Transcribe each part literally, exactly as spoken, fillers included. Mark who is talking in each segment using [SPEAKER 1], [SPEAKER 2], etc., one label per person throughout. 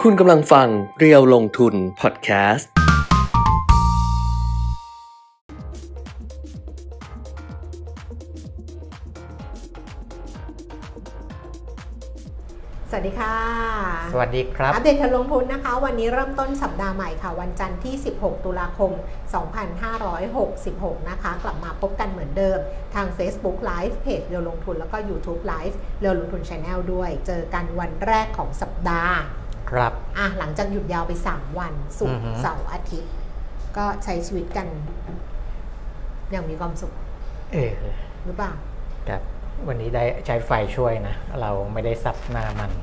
[SPEAKER 1] คุณกำลังฟังเรียวลงทุนพอดแคสต์
[SPEAKER 2] สวัสดีค่ะ
[SPEAKER 3] สวัสดีครับ
[SPEAKER 2] อัปเดตการลงทุนนะคะวันนี้เริ่มต้นสัปดาห์ใหม่ค่ะวันจันทร์ที่สิบหกตุลาคมสองพันห้าร้อยหกสิบหกนะคะกลับมาพบกันเหมือนเดิมทาง Facebook Live เพจเรียวลงทุนแล้วก็ YouTube Live เรียวลงทุน Channel ด้วยเจอกันวันแรกของสัปดาห์
[SPEAKER 3] ครับ
[SPEAKER 2] อ่ะหลังจากหยุดยาวไปสามวันศุกร์เสาร์อาทิตย์ก็ใช้ชีวิตกันอย่างมีความสุข
[SPEAKER 3] เออ
[SPEAKER 2] หรือเปล่า
[SPEAKER 3] ครับวันนี้ได้ใช้ไฟช่วยนะเราไม่ได้ซับหน้ามัน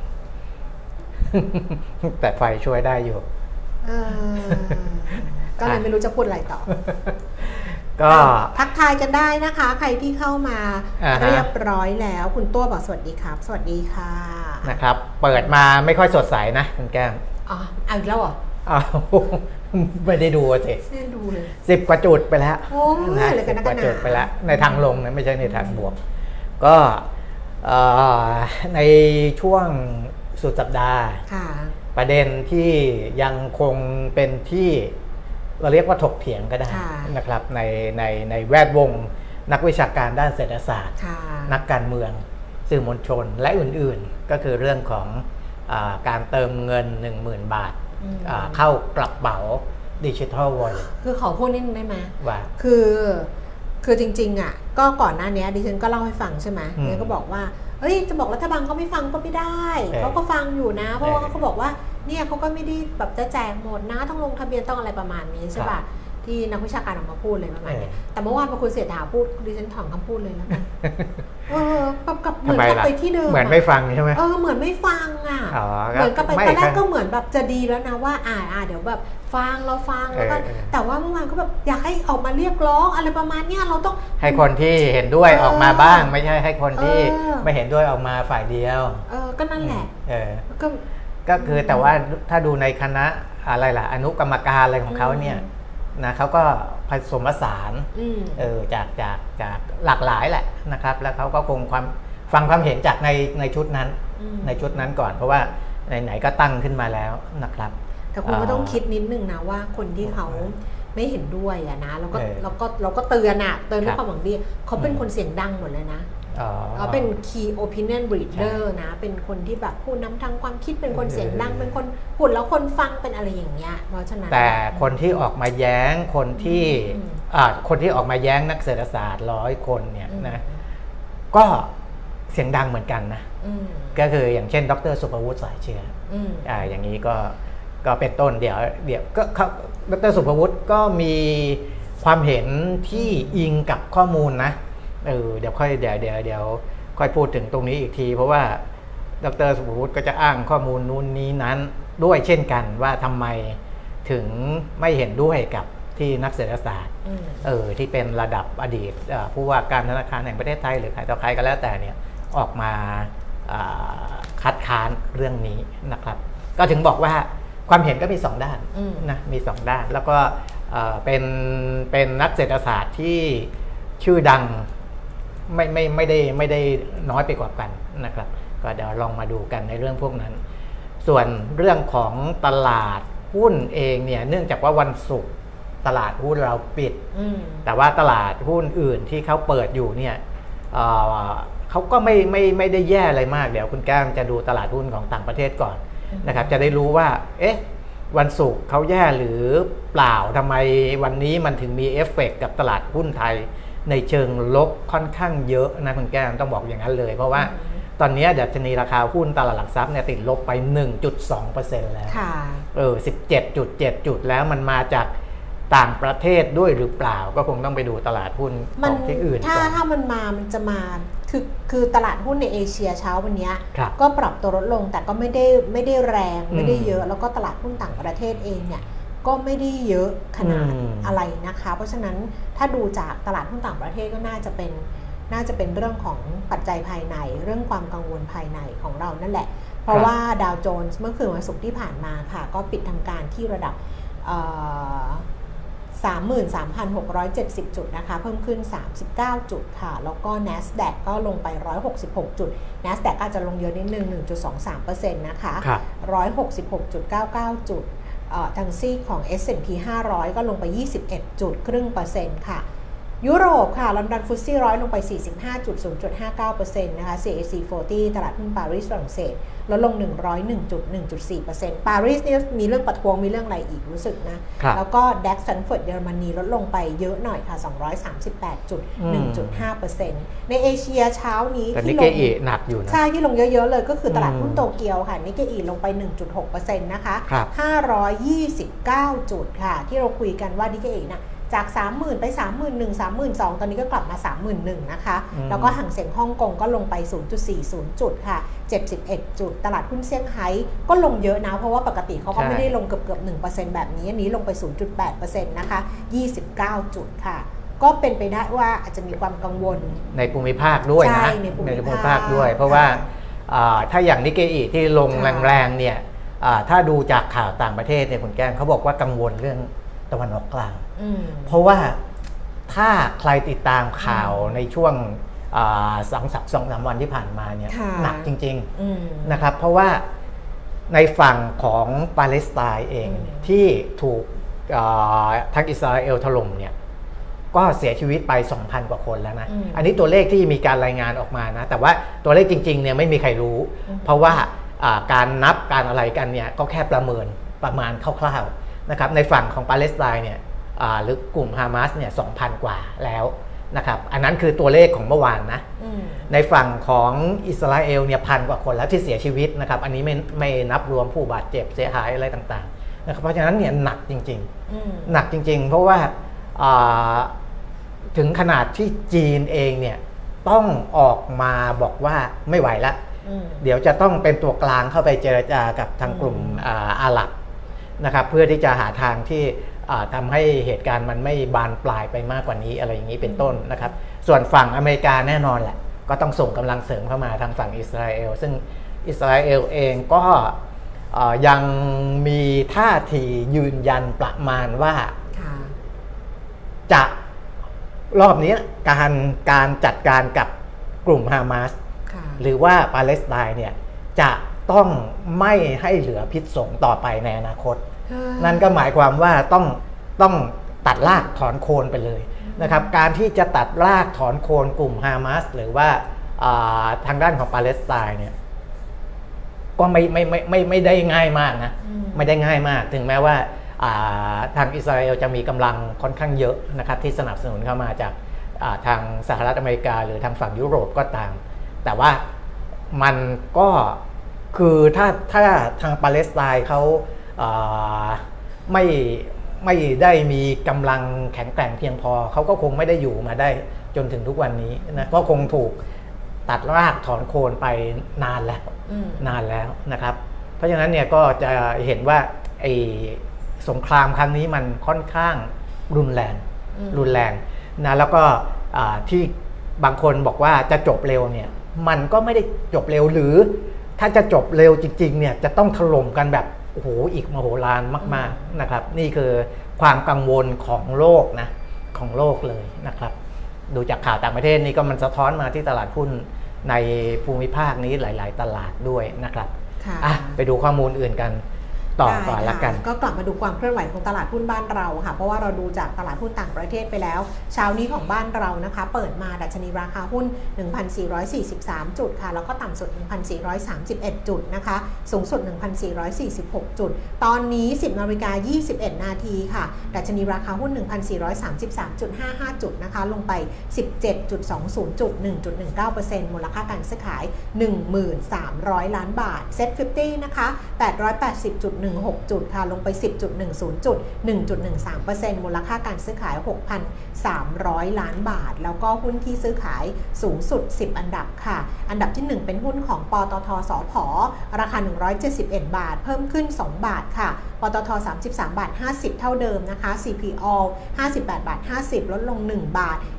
[SPEAKER 3] แต่ไฟช่วยได้อยู่
[SPEAKER 2] เออก็เลยไม่รู้จะพูดอะไรต่อ
[SPEAKER 3] ก็
[SPEAKER 2] ทักทายกันได้นะคะใครที่เข้ามาเรียบร้อยแล้วคุณตัวบอกสวัสดีครับสวัสดีค่ะ
[SPEAKER 3] นะครับเปิดมาไม่ค่อยสดใสนะคุณแก้ม
[SPEAKER 2] อ๋อเอาอีกแล้วเหรอ
[SPEAKER 3] อ้าวไม่ได้ดูสิ
[SPEAKER 2] ไม่ได้ดูเลย
[SPEAKER 3] สิบกว่าจุดไปแล้ว
[SPEAKER 2] โอ้
[SPEAKER 3] นะสิบกว่าจุดไปแล้วในทางลงนะไม่ใช่ในทางบวกก็ในช่วงสุดสัปดาห์ประเด็นที่ยังคงเป็นที่เราเรียกว่าถกเถียงก็ได้นะครับในในในแวดวงนักวิชาการด้านเศรษฐศาสตร์นักการเมืองสื่อมวลชนและอื่นๆก็คือเรื่องของอ่าการเติมเงิน หนึ่งหมื่น บาทเข้ากระเป๋าดิจิทัลวอลเล็ต
[SPEAKER 2] คือขอพูดนิดนึงได้ไหม
[SPEAKER 3] ว่า
[SPEAKER 2] คือคือจริงๆอ่ะก็ก่อนหน้านี้ดิฉันก็เล่าให้ฟังใช่ไหมเนี่ยก็บอกว่าเฮ้ยจะบอกรัฐบาลเขาไม่ฟังก็ไม่ได้เขาก็ฟังอยู่นะเพราะว่าเขาบอกว่าเนี่ยเขาก็ไม่ได้แบบจะแจกหมดนะต้องลงทะเบียนต้องอะไรประมาณนี้ใช่ป่ะที่นักวิชาการออกมาพูดเลยประมาณนี้แต่เมื่อวานพอคุณเศรษฐาพูดดิฉันถอนคำพูดเลยแล้วกันเออกับเหมือนกับไปที่เดิม
[SPEAKER 3] เหมือนไม่ฟังใช่ไหม
[SPEAKER 2] เออเหมือนไม่ฟังอ่ะเหมือนกับไปตอนแรกก็เหมือนแบบจะดีแล้วนะว่าอ่าอ่าเดี๋ยวแบบฟังเราฟังแล้วก็แต่ว่าเมื่อวานก็แบบอยากให้ออกมาเรียกร้องอะไรประมาณเนี้ยเราต้อง
[SPEAKER 3] ให้คนที่เห็นด้วยออกมาบ้างไม่ใช่ให้คนที่ไม่เห็นด้วยออกมาฝ่ายเดียว
[SPEAKER 2] เออก็นั่นแหละ
[SPEAKER 3] เออก็ก็คือแต่ว่าถ้าดูในคณะอะไรล่ะอนุกรรมการอะไรของเขาเนี่ยนะเขาก็ผสมผสานเออจากจากจากหลากหลายแหละนะครับแล้วเขาก็คงความฟังความเห็นจากในในชุดนั้นในชุดนั้นก่อนเพราะว่าไหนๆก็ตั้งขึ้นมาแล้วนะครับ
[SPEAKER 2] แต่คุณก็ต้องคิดนิดนึงนะว่าคนที่เขาไม่เห็นด้วยอะนะแล้วก็เราก็เราก็เตือนอะเตือนด้วยความหวังดีเขาเป็นคนเสียงดังหมดเลยนะเขาเป็น key opinion leader นะเป็นคนที่แบบผู้นำทางความคิดเป็นคนเสียงดังเป็นคนพูดแล้วคนฟังเป็นอะไรอย่างเงี้ยเพราะฉะนั้น
[SPEAKER 3] แต่คนที่ออกมาแย้งคนที่อ่าคนที่ออกมาแย้งนักเศรษฐศาสตร์ร้อยคนเนี่ยนะก็เสียงดังเหมือนกันนะก็คืออย่างเช่นดร.สุภวุฒิสายเชื้ออ่าอย่างนี้ก็ก็เป็นต้นเดี๋ยวเดี๋ยวก็เขาดร.สุภวุฒิก็มีความเห็นที่อิงกับข้อมูลนะเออเดี๋ยวค่อยเดี๋ยวเดี๋ยวเดี๋ยวค่อยพูดถึงตรงนี้อีกทีเพราะว่าดร.สุภวุฒิก็จะอ้างข้อมูลนู้นนี้นั้นด้วยเช่นกันว่าทำไมถึงไม่เห็นด้วยกับที่นักเศรษฐศาสตร์เออที่เป็นระดับอดีตผู้ว่าการธนาคารแห่งประเทศไทยหรือใครต่อใครก็แล้วแต่เนี่ยออกมาคัดค้านเรื่องนี้นะครับก็ถึงบอกว่าความเห็นก็มีสองด้านนะมีสองด้านแล้วก็เป็นเป็นนักเศรษฐศาสตร์ที่ชื่อดังไม่ไม่ไม่ได้ไม่ได้น้อยไปกว่ากันนะครับก็เดี๋ยวลองมาดูกันในเรื่องพวกนั้นส่วนเรื่องของตลาดหุ้นเองเนี่ยเนื่องจากว่าวันศุกร์ตลาดหุ้นเราปิดแต่ว่าตลาดหุ้นอื่นที่เขาเปิดอยู่เนี่ยเขาก็ไม่ไม่ไม่ได้แย่อะไรมากเดี๋ยวคุณแก้มจะดูตลาดหุ้นของต่างประเทศก่อนนะครับจะได้รู้ว่าเอ๊ะวันศุกร์เขาแย่หรือเปล่าทำไมวันนี้มันถึงมีเอฟเฟกต์กับตลาดหุ้นไทยในเชิงลบค่อนข้างเยอะนะคุณแก้มต้องบอกอย่างนั้นเลยเพราะว่าตอนนี้ดัชนีราคาหุ้นตลาดหลักทรัพย์เนี่ยติดลบไป หนึ่งจุดสองเปอร์เซ็นต์ แล้วเออ สิบเจ็ดจุดเจ็ด จุดแล้วมันมาจากต่างประเทศด้วยหรือเปล่าก็คงต้องไปดูตลาดหุ้นของที่อื่น
[SPEAKER 2] ถ้าถ้ามันมามันจะมาคือคือตลาดหุ้นในเอเชียเช้าวันนี้ก็ปรับตัวลดลงแต่ก็ไม่ได้ไม่ได้แรงไม่ได้เยอะแล้วก็ตลาดหุ้นต่างประเทศเองเนี่ยก็ไม่ได้เยอะขนาดอะไรนะคะเพราะฉะนั้นถ้าดูจากตลาดหุ้นต่างประเทศก็น่าจะเป็นน่าจะเป็นเรื่องของปัจจัยภายในเรื่องความกังวลภายในของเรานั่นแหละเพราะว่าดาวโจนส์เมื่อคืนวันศุกร์ที่ผ่านมาค่ะก็ปิดทำการที่ระดับสามหมื่นสามพันหกร้อยเจ็ดสิบ จุดนะคะเพิ่มขึ้นสามสิบเก้าจุดค่ะแล้วก็ NASDAQ ก็ลงไปหนึ่งร้อยหกสิบหกจุด NASDAQ อาจจะลงเยอะนิดนึง หนึ่งจุดสองสามเปอร์เซ็นต์ นะคะ
[SPEAKER 3] ครับ
[SPEAKER 2] หนึ่งร้อยหกสิบหกจุดเก้าเก้า จุดทางซีกของ เอส แอนด์ พี ห้าร้อยก็ลงไปยี่สิบเอ็ดจุดครึ่งเปอร์เซ็นต์ค่ะยุโรปค่ะลอนดอนฟุตซี่ร้อยลงไป สี่สิบห้าจุดศูนย์ห้าเก้าเปอร์เซ็นต์ นะคะ ซี เอ ซี สี่สิบ ตลาดหุ้นปารีสฝรั่งเศสลดลง หนึ่งร้อยเอ็ดจุดหนึ่งสี่เปอร์เซ็นต์ ปารีสนี่มีเรื่องประท้วงมีเรื่องอะไรอีกรู้สึกนะแล้วก็ดัคแฟรงก์เฟิร์ตเยอรมนีลดลงไปเยอะหน่อยค่ะ สองร้อยสามสิบแปดจุดหนึ่งห้าเปอร์เซ็นต์ ในเอเชียเช้านี้ที่ลง
[SPEAKER 3] หนักอยู่นะ
[SPEAKER 2] ใช่ที่ลงเยอะๆเลยก็คือตลาดหุ้นโตเกียวค่ะนิกเกอิลงไป หนึ่งจุดหกเปอร์เซ็นต์ นะคะห้าร้อยยี่สิบเก้าจุดค่ะที่เราคุยกันว่านิกเกอินะจาก สามหมื่น ไป สามหมื่นหนึ่ง สามหมื่นสอง ตอนนี้ก็กลับมา สามหมื่นหนึ่ง นะคะแล้วก็ห่างเสียงฮ่องกงก็ลงไป ศูนย์จุดสี่ศูนย์ จุดค่ะเจ็ดสิบเอ็ดจุดตลาดหุ้นเซี่ยงไฮ้ก็ลงเยอะนะเพราะว่าปกติเขาก็ไม่ได้ลงเกือบๆ หนึ่งเปอร์เซ็นต์ แบบนี้อันนี้ลงไป ศูนย์จุดแปดเปอร์เซ็นต์ นะคะยี่สิบเก้าจุดค่ะก็เป็นไปได้ว่าอาจจะมีความกังวล
[SPEAKER 3] ในภูมิภาคด้วยนะ
[SPEAKER 2] ในภู
[SPEAKER 3] มิภาคด้วยเพราะว่าถ้าอย่างนิกเกอิที่ลงแรงๆเนี่ยถ้าดูจากข่าวต่างประเทศเนี่ยคุณแก้มเขาบอกว่ากังวลเรื่องตะวันออกกลางเพราะว่าถ้าใครติดตามข่าวในช่วงสองสองสามวันที่ผ่านมาเนี่ยหนักจริงๆนะครับเพราะว่าในฝั่งของปาเลสไตน์เองที่ถูกทางอิสราเอลถล่มเนี่ยก็เสียชีวิตไป สองพัน กว่าคนแล้วนะอันนี้ตัวเลขที่มีการรายงานออกมานะแต่ว่าตัวเลขจริงๆเนี่ยไม่มีใครรู้เพราะว่าการนับการอะไรกันเนี่ยก็แค่ประเมินประมาณคร่าวๆนะครับในฝั่งของปาเลสไตน์เนี่ยหรือกลุ่มฮามาสเนี่ย สองพัน กว่าแล้วนะครับอันนั้นคือตัวเลขของเมื่อวานนะในฝั่งของอิสราเอลเนี่ยพันกว่าคนแล้วที่เสียชีวิตนะครับอันนี้ไม่ไม่นับรวมผู้บาดเจ็บเสียหายอะไรต่างๆนะครับเพราะฉะนั้นเนี่ยหนักจริงๆหนักจริงๆเพราะว่าถึงขนาดที่จีนเองเนี่ยต้องออกมาบอกว่าไม่ไหวแล้วเดี๋ยวจะต้องเป็นตัวกลางเข้าไปเจรจากับทางกลุ่มอาหรับนะครับเพื่อที่จะหาทางที่ทำให้เหตุการณ์มันไม่บานปลายไปมากกว่านี้อะไรอย่างนี้เป็นต้นนะครับส่วนฝั่งอเมริกาแน่นอนแหละก็ต้องส่งกำลังเสริมเข้ามาทางฝั่งอิสราเอลซึ่งอิสราเอลเองก็ยังมีท่าทียืนยันประมาณว่าจะรอบนี้การการจัดการกับกลุ่มฮามาสหรือว่าปาเลสไตน์เนี่ยจะต้องไม่ให้เหลือพิษสงต่อไปในอนาคตนั่นก็หมายความว่าต้องต้องตัดรากถอนโคนไปเลยนะครับการที่จะตัดรากถอนโคนกลุ่มฮามาสหรือว่าทางด้านของปาเลสไตน์เนี่ยก็ไม่ไม่ไม่ไม่ไม่ได้ง่ายมากนะไม่ได้ง่ายมากถึงแม้ว่าทางอิสราเอลจะมีกำลังค่อนข้างเยอะนะครับที่สนับสนุนเข้ามาจากทางสหรัฐอเมริกาหรือทางฝั่งยุโรปก็ตามแต่ว่ามันก็คือถ้าถ้าทางปาเลสไตน์เขาไม่ไม่ได้มีกำลังแข็งแกร่งเพียงพอเขาก็คงไม่ได้อยู่มาได้จนถึงทุกวันนี้นะก็คงถูกตัดรากถอนโคนไปนานแล้วนานแล้วนะครับเพราะฉะนั้นเนี่ยก็จะเห็นว่าไอ้สงครามครั้งนี้มันค่อนข้างรุนแรงรุนแรงนะแล้วก็ที่บางคนบอกว่าจะจบเร็วเนี่ยมันก็ไม่ได้จบเร็วหรือถ้าจะจบเร็วจริงๆเนี่ยจะต้องถล่มกันแบบโอ้โหอีกมโหฬารมากๆนะครับนี่คือความกังวลของโลกนะของโลกเลยนะครับดูจากข่าวต่างประเทศนี่ก็มันสะท้อนมาที่ตลาดหุ้นในภูมิภาคนี้หลายๆตลาดด้วยนะครับอ่ะไปดูข้อมูลอื่นกันต่อก่อนละกัน
[SPEAKER 2] ก็กลับมาดูความเคลื่อนไหวของตลาดหุ้นบ้านเราค่ะเพราะว่าเราดูจากตลาดหุ้นต่างประเทศไปแล้วเช้านี้ของบ้านเรานะคะเปิดมาดัชนีราคาหุ้น หนึ่งพันสี่ร้อยสี่สิบสาม จุดค่ะแล้วก็ต่ำสุด หนึ่งพันสี่ร้อยสามสิบเอ็ด จุดนะคะสูงสุด หนึ่งพันสี่ร้อยสี่สิบหก จุดตอนนี้ สิบนาฬิกายี่สิบเอ็ดนาทีค่ะดัชนีราคาหุ้น หนึ่งพันสี่ร้อยสามสิบสามจุดห้าห้า จุดนะคะลงไป สิบเจ็ดจุดสองศูนย์ จุด หนึ่งจุดหนึ่งเก้าเปอร์เซ็นต์ มูลค่าการซื้อขาย หนึ่งพันสามร้อย ล้านบาท เซ็ต ห้าสิบ นะคะ แปดร้อยแปดสิบจุดหนึ่งหก จุดค่ะลงไป สิบจุดหนึ่งศูนย์ จุด หนึ่งจุดหนึ่งสามเปอร์เซ็นต์ มูลค่าการซื้อขาย หกพันสามร้อย ล้านบาทแล้วก็หุ้นที่ซื้อขายสูงสุดสิบอันดับค่ะอันดับที่หนึ่งเป็นหุ้นของปตท.สผ.ราคาหนึ่งร้อยเจ็ดสิบเอ็ดบาทเพิ่มขึ้นสองบาทค่ะปตท. สามสิบสามบาทห้าสิบเท่าเดิมนะคะ ซี พี All ห้าสิบแปดบาทห้าสิบลดลงหนึ่งบาท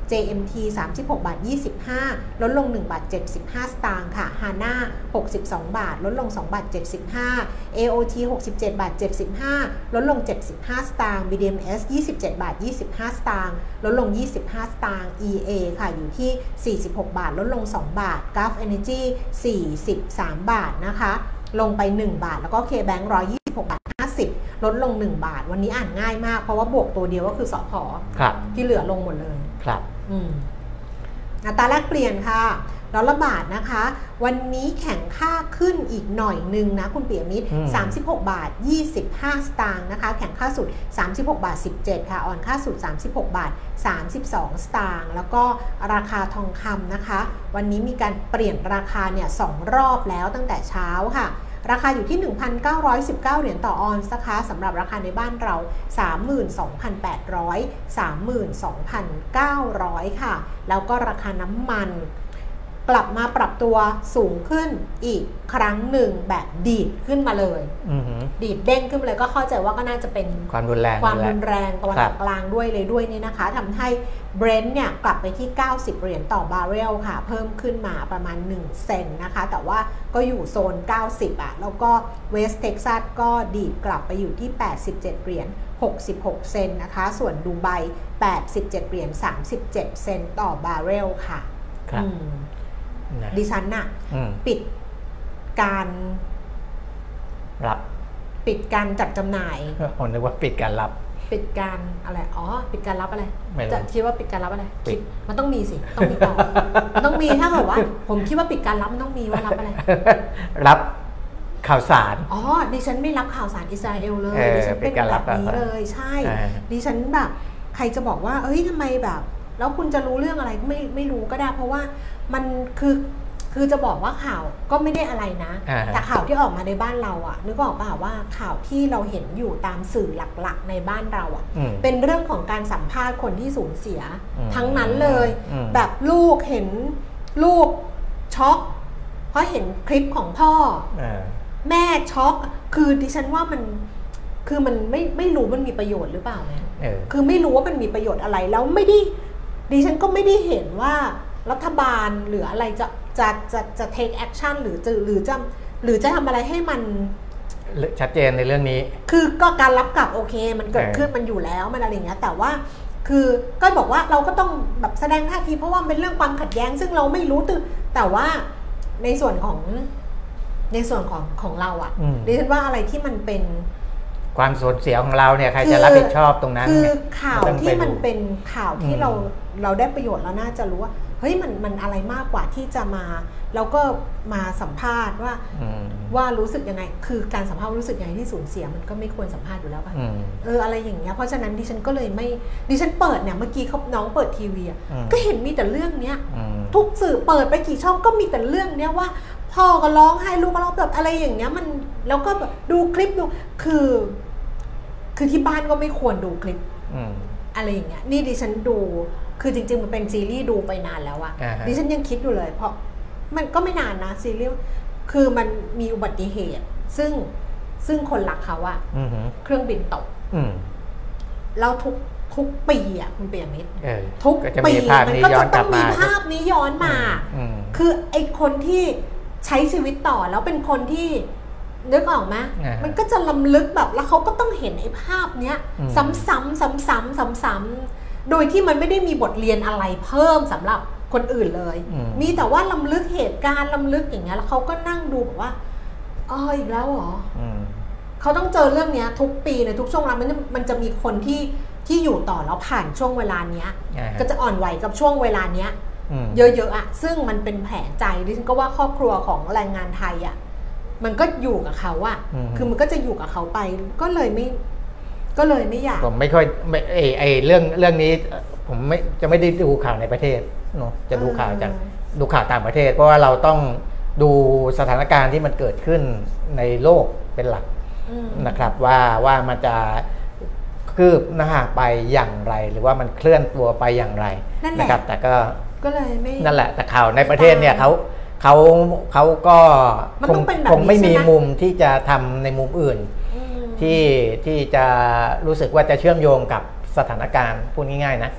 [SPEAKER 2] เจ เอ็ม ที สามสิบหกบาทยี่สิบห้าลดลงหนึ่งบาทเจ็ดสิบห้าสตางค์ค่ะ Hana หกสิบสองบาทลดลงสองบาทเจ็ดสิบห้า เอ โอ ที หกสิบเจ็ดบาทเจ็ดสิบห้าลดลงเจ็ดสิบห้าสตางค์ บี ดี เอ็ม เอส ยี่สิบเจ็ดบาทยี่สิบห้าสตางค์ลดลงยี่สิบห้าสตางค์ อี เอ ค่ะอยู่ที่สี่สิบหกบาทลดลงสองบาท Gulf Energy สี่สิบสามบาทนะคะลงไปหนึ่งบาทแล้วก็ K-Bank หนึ่งร้อยยี่สิบหกบาทห้าสิบลดลงหนึ่งบาทวันนี้อ่านง่ายมากเพราะว่าบวกตัวเดียวก็คือสผ.ที่เหลือลงหมดเลย
[SPEAKER 3] ครับ
[SPEAKER 2] อืมอัตราแลกเปลี่ยนค่ะดอลลาร์บาทนะคะวันนี้แข็งค่าขึ้นอีกหน่อยนึงนะคุณเปียมิตรสามสิบหกบาทยี่สิบห้าสตางค์นะคะแข็งค่าสุดสามสิบหกบาทสิบเจ็ดค่ะอ่อนค่าสุดสามสิบหกบาทสามสิบสองสตางค์แล้วก็ราคาทองคำนะคะวันนี้มีการเปลี่ยนราคาเนี่ยสองรอบแล้วตั้งแต่เช้าค่ะราคาอยู่ที่ หนึ่งพันเก้าร้อยสิบเก้า เหรียญต่อออนซ์นะคะสำหรับราคาในบ้านเรา สามหมื่นสองพันแปดร้อย สามหมื่นสองพันเก้าร้อย ค่ะแล้วก็ราคาน้ำมันกลับมาปรับตัวสูงขึ้นอีกครั้งหนึ่งแบบดีดขึ้นมาเลยดีดเด้งขึ้นมาเลยก็เข้าใจว่าก็น่าจะเป็น
[SPEAKER 3] ความรุนแรง
[SPEAKER 2] ความรุนแรงตะวันออกกลางด้วยเลยด้วยนี่นะคะทำให้ Brent เนี่ยกลับไปที่เก้าสิบเหรียญต่อบาร์เรลค่ะเพิ่มขึ้นมาประมาณหนึ่งเซนนะคะแต่ว่าก็อยู่โซนเก้าสิบอ่ะแล้วก็เวสต์เท็กซัสก็ดีดกลับไปอยู่ที่แปดสิบเจ็ดเหรียญหกสิบหกเซนนะคะส่วนดูไบแปดสิบเจ็ดเหรียญสามสิบเจ็ดเซนต่อบาร์เรลค่ะ
[SPEAKER 3] ครับ
[SPEAKER 2] ดิฉันน่ะปิดการ
[SPEAKER 3] รับ
[SPEAKER 2] ปิดการจัดจำหน่าย
[SPEAKER 3] ผมนึกว่าปิดการรับ
[SPEAKER 2] ปิดการอะไรอ๋อปิดการรับอะไรจะคิดว่าปิดการรับอะไรคิดมันต้องมีสิต้องมีต่อมันต้องมีถ้าเกิดว่าผมคิดว่าปิดการรับมันต้องมีว่ารับอะไร
[SPEAKER 3] รับข่าวสาร
[SPEAKER 2] อ๋อดิฉันไม่รับข่าวสารอิสราเอลเลยดิฉันเป็นแบบนี้เลยใช่ดิฉันแบบใครจะบอกว่าเอ้ยทำไมแบบแล้วคุณจะรู้เรื่องอะไรก็ไม่ไม่รู้ก็ได้เพราะว่ามันคือคือจะบอกว่าข่าวก็ไม่ได้อะไรนะแต่ข่าวที่ออกมาในบ้านเราอ่ะนึกออกป่ะว่าข่าวที่เราเห็นอยู่ตามสื่อหลักๆในบ้านเราอ่ะเป็นเรื่องของการสัมภาษณ์คนที่สูญเสียทั้งนั้นเลยแบบลูกเห็นลูกช็อกเพราะเห็นคลิปของพ่อแม่ช็อกคือดิฉันว่ามันคือมันไม่ไม่รู้มันมีประโยชน์หรือเปล่าเนี่ยคือไม่รู้ว่ามันมีประโยชน์อะไรแล้วไม่ได้ดิฉันก็ไม่ได้เห็นว่ารัฐบาลหรืออะไรจะจะจะจะ take action หรือจะหรือจะหรือจะทำอะไรให้มัน
[SPEAKER 3] ชัดเจนในเรื่องนี้
[SPEAKER 2] คือก็การรับกลับโอเคมันเกิดขึ้นมันอยู่แล้วมันอะไรอย่างเงี้ยแต่ว่าคือก็บอกว่าเราก็ต้องแบบแสดงท่าทีเพราะว่าเป็นเรื่องความขัดแย้งซึ่งเราไม่รู้ตึแต่ว่าในส่วนของในส่วนของของเราอ่ะดิฉันว่าอะไรที่มันเป็น
[SPEAKER 3] ความสูญเสียของเราเนี่ยใครจะรับผิดชอบตรงนั้น
[SPEAKER 2] คือข่าวที่มันเป็นข่าวที่เราเราได้ประโยชน์แล้วน่าจะรู้ว่าเฮ้ยมันมันอะไรมากกว่าที่จะมาแล้วก็มาสัมภาษณ์ว่าว่ารู้สึกยังไงคือการสัมภาษณ์รู้สึกยังไงที่สูญเสียมันก็ไม่ควรสัมภาษณ์อยู่แล้วป่ะเอออะไรอย่างเงี้ยเพราะฉะนั้นดิฉันก็เลยไม่ดิฉันเปิดเนี่ยเมื่อกี้เขาน้องเปิดทีวีก็เห็นมีแต่เรื่องเนี้ยทุกสื่อเปิดไปกี่ช่องก็มีแต่เรื่องเนี้ยว่าพ่อก็ร้องไห้ลูกก็ร้องแบบอะไรอย่างเงี้ยมันแล้วก็แบบดูคลิปดูคือคือที่บ้านก็ไม่ควรดูคลิปอะไรอย่างเงี้ยนี่ดิฉันดูคือจริงๆมันเป็นซีรีส์ดูไปนานแล้วอะดิฉันยังคิดอยู่เลยเพราะมันก็ไม่นานนะซีรีส์คือมันมีอุบัติเหตุซึ่งซึ่งคนรักเขาอะเครื่องบินตกแล้วทุกทุกปีอะคุณเปียมิตรทุกปีมันก็จะต้องมีภาพนี้ย้อนมาคือไอคนที่ใช้ชีวิตต่อแล้วเป็นคนที่นึกออกไหมมันก็จะล้ำลึกแบบแล้วเขาก็ต้องเห็นไอ้ภาพเนี้ยซ้ำๆซ้ำๆซ้ำๆโดยที่มันไม่ได้มีบทเรียนอะไรเพิ่มสำหรับคนอื่นเลยมีแต่ว่าล้ำลึกเหตุการณ์ล้ำลึกอย่างเงี้ยแล้วเขาก็นั่งดูแบบว่าอ๋ออีกแล้วเหรอเขาต้องเจอเรื่องเนี้ยทุกปีในทุกช่วงเวลามันมันจะมีคนที่ที่อยู่ต่อแล้วผ่านช่วงเวลาเนี้ยก็จะอ่อนไหวกับช่วงเวลาเนี้ยเยอะๆอ่ะซึ่งมันเป็นแผลใจดิฉันก็ว่าครอบครัวของแรงงานไทยอ่ะมันก็อยู่กับเขาอะคือมันก็จะอยู่กับเขาไปก็เลยไม่ก็เลยไม่อยาก
[SPEAKER 3] ผมไม่ค่อยไอไอเรื่องเรื่องนี้ผมไม่จะไม่ได้ดูข่าวในประเทศเนาะจะดูข่าวจากดูข่าวต่างประเทศเพราะว่าเราต้องดูสถานการณ์ที่มันเกิดขึ้นในโลกเป็นหลักนะครับว่าว่ามันจะคืบหน้าไปอย่างไรหรือว่ามันเคลื่อนตัวไปอย่างไรนะครับแต่ก็
[SPEAKER 2] ก็เลยไม่
[SPEAKER 3] นั่นแหละแต่ข่าวในประเทศเนี่ยเขาเขาเขาก็คงคงไม่มีมุมที่จะทำในมุมอื่นที่ที่จะรู้สึกว่าจะเชื่อมโยงกับสถานการณ์พูดง่ายๆนะ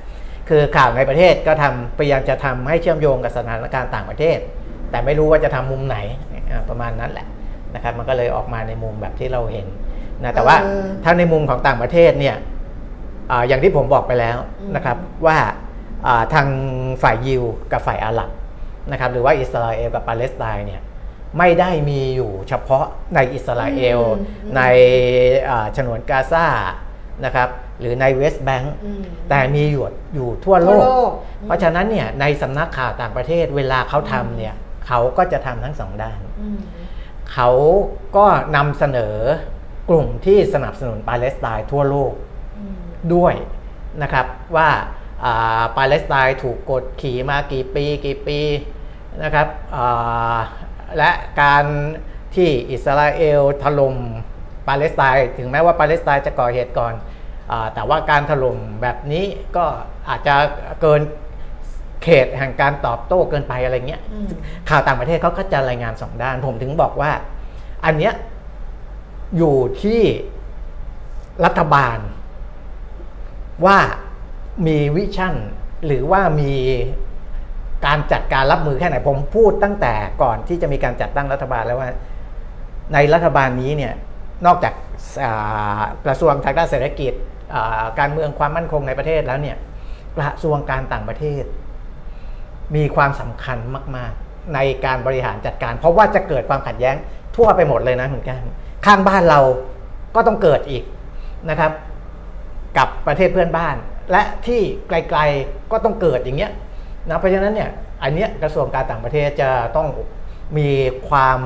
[SPEAKER 3] คือข่าวในประเทศก็ทำพยายามจะทำให้เชื่อมโยงกับสถานการณ์ต่างประเทศแต่ไม่รู้ว่าจะทำมุมไหนประมาณนั้นแหละนะครับมันก็เลยออกมาในมุมแบบที่เราเห็นนะแต่ว่าถ้าในมุมของต่างประเทศเนี่ยอ่าอย่างที่ผมบอกไปแล้วนะครับว่าอ่าทางฝ่ายยิวกับฝ่ายอาหรับนะครับหรือว่าอิสราเอลกับปาเลสไตน์เนี่ยไม่ได้มีอยู่เฉพาะในอิสราเอลในฉนวนกาซานะครับหรือในเวสต์แบงก์แต่มีอยู่อยู่ทั่วโลกเพราะฉะนั้นเนี่ยในสำนักข่าวต่างประเทศเวลาเขาทำเนี่ยเขาก็จะทำทั้งสองด้านเขาก็นำเสนอกลุ่มที่สนับสนุนปาเลสไตน์ทั่วโลกด้วยนะครับว่าปาเลสไตน์ถูกกดขี่มากี่ปีกี่ปีนะครับและการที่อิสราเอลถล่มปาเลสไตน์ถึงแม้ว่าปาเลสไตน์จะก่อเหตุก่อนแต่ว่าการถล่มแบบนี้ก็อาจจะเกินเขตแห่งการตอบโต้เกินไปอะไรเงี้ยข่าวต่างประเทศเขาก็จะรายงานสองด้านผมถึงบอกว่าอันเนี้ยอยู่ที่รัฐบาลว่ามีวิชั่นหรือว่ามีการจัดการรับมือแค่ไหนผมพูดตั้งแต่ก่อนที่จะมีการจัดตั้งรัฐบาลแล้วว่าในรัฐบาลนี้เนี่ยนอกจากกระทรวงทางด้านเศรษฐกิจการเมืองความมั่นคงในประเทศแล้วเนี่ยกระทรวงการต่างประเทศมีความสำคัญมากๆในการบริหารจัดการเพราะว่าจะเกิดความขัดแย้งทั่วไปหมดเลยนะเหมือนกันข้างบ้านเราก็ต้องเกิดอีกนะครับกับประเทศเพื่อนบ้านและที่ไกลๆก็ต้องเกิดอย่างเงี้ยนะเพราะฉะนั้นเนี่ยอันเนี้ยกระทรวงการต่างประเทศจะต้องมีความ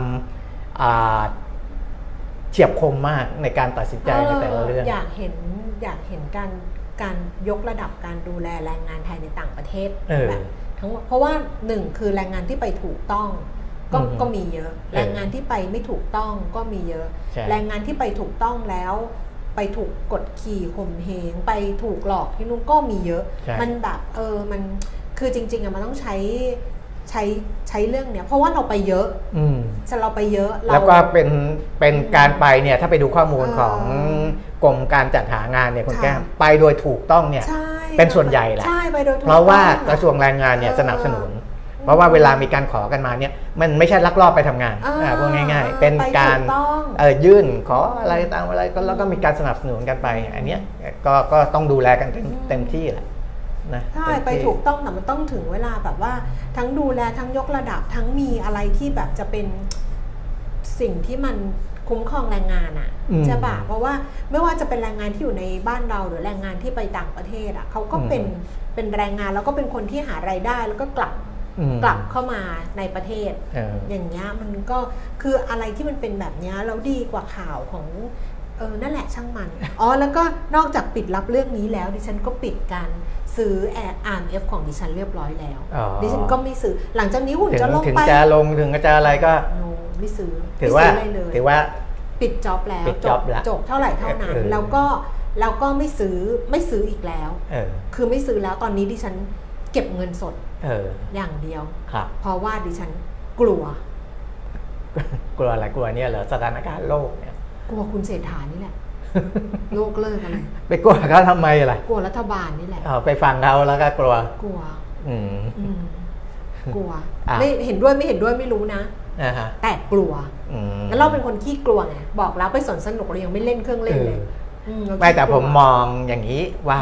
[SPEAKER 3] เฉียบคมมากในการตัดสินใจในแต่ละเรื่อง
[SPEAKER 2] อยากเห็นอยากเห็นการการยกระดับการดูแลแรงงานไทยในต่างประเทศแบบทั้งเพราะว่าหนึ่งคือแรงงานที่ไปถูกต้องก็ก็มีเยอะแรงงานที่ไปไม่ถูกต้องก็มีเยอะแรงงานที่ไปถูกต้องแล้วไปถูกกดขี่ข่มเหงไปถูกหลอกที่นู่นก็มีเยอะมันแบบเออมันคือจริงๆอะมันต้องใช้ใช้ใช้เรื่องเนี้ยเพราะว่าเราไปเยอะอืมเราไปเยอะ
[SPEAKER 3] แล้วก็เป็นเป็นการไปเนี่ยถ้าไปดูข้อมูลของกรมการจัดหางานเนี่ยคุณแก้มไปโดยถูกต้องเนี่ยเป็นส่วนใหญ่แหละเพราะว่ากระทรวงแรงงานเนี่ยสนับสนุนเพราะว่าเวลามีการขอกันมาเนี่ยมันไม่ใช่ลักลอบไปทำงานพูดง่ายๆเป็นการยื่นขออะไรตามอะไรก็แล้วก็มีการสนับสนุนกันไปอันเนี้ยก็ก็ต้องดูแลกันเต็มที่แหละ
[SPEAKER 2] ใช่ไปถูกต้องแต่มันต้องถึงเวลาแบบว่าทั้งดูแลทั้งยกระดับทั้งมีอะไรที่แบบจะเป็นสิ่งที่มันคุ้มครองแรงงานอ่ะใช่ป่ะเพราะว่าไม่ว่าจะเป็นแรงงานที่อยู่ในบ้านเราหรือแรงงานที่ไปต่างประเทศอ่ะเขาก็เป็นเป็นแรงงานแล้วก็เป็นคนที่หารายได้แล้วก็กลับกลับเข้ามาในประเทศอย่างเงี้ยมันก็คืออะไรที่มันเป็นแบบนี้แล้วดีกว่าข่าวของเออนั่นแหละช่างมันอ๋อแล้วก็นอกจากปิดรับเรื่องนี้แล้วดิฉันก็ปิดการซื้อแอร์ อาร์ เอ็ม เอฟ ของดิฉันเรียบร้อยแล้วดิฉันก็ไม่ซื้อหลังจากนี้หุ่นจะลงไป
[SPEAKER 3] ถึงจะลงถึงจะอะไรก็
[SPEAKER 2] ไม่ซื้อ
[SPEAKER 3] ถือว่าถือว่า
[SPEAKER 2] ปิดจ็อบแล้วจบจบเท่าไหร่เท่านั้นแล้วก็แล้วก็ไม่ซื้อไม่ซื้ออีกแล้วคือไม่ซื้อแล้วตอนนี้ดิฉันเก็บเงินสดอย่างเดียวเพราะว่าดิฉันกลัว
[SPEAKER 3] กลัวอะไรกลัวเนี่ยเหรอสถานการณ์โลกเนี่ย
[SPEAKER 2] กลัวคุณเศรษฐานี่แหละโลกเลิกอะไร
[SPEAKER 3] ไปกลัวเขาทำไมล่ะ
[SPEAKER 2] กลัวรัฐบาลนี่แหละ
[SPEAKER 3] ไปฟังเขาแล้วก็กลัว
[SPEAKER 2] กลัวอืมกลัวไม่เห็นด้วยไม่เห็นด้วยไม่รู้นะแต่กลัวงั้นเราเป็นคนขี้กลัวไงบอกแล้วไปสวนสนุกเรายังไม่เล่นเครื่องเล่นเลย
[SPEAKER 3] ไม่แต่ผมมองอย่างนี้ว่า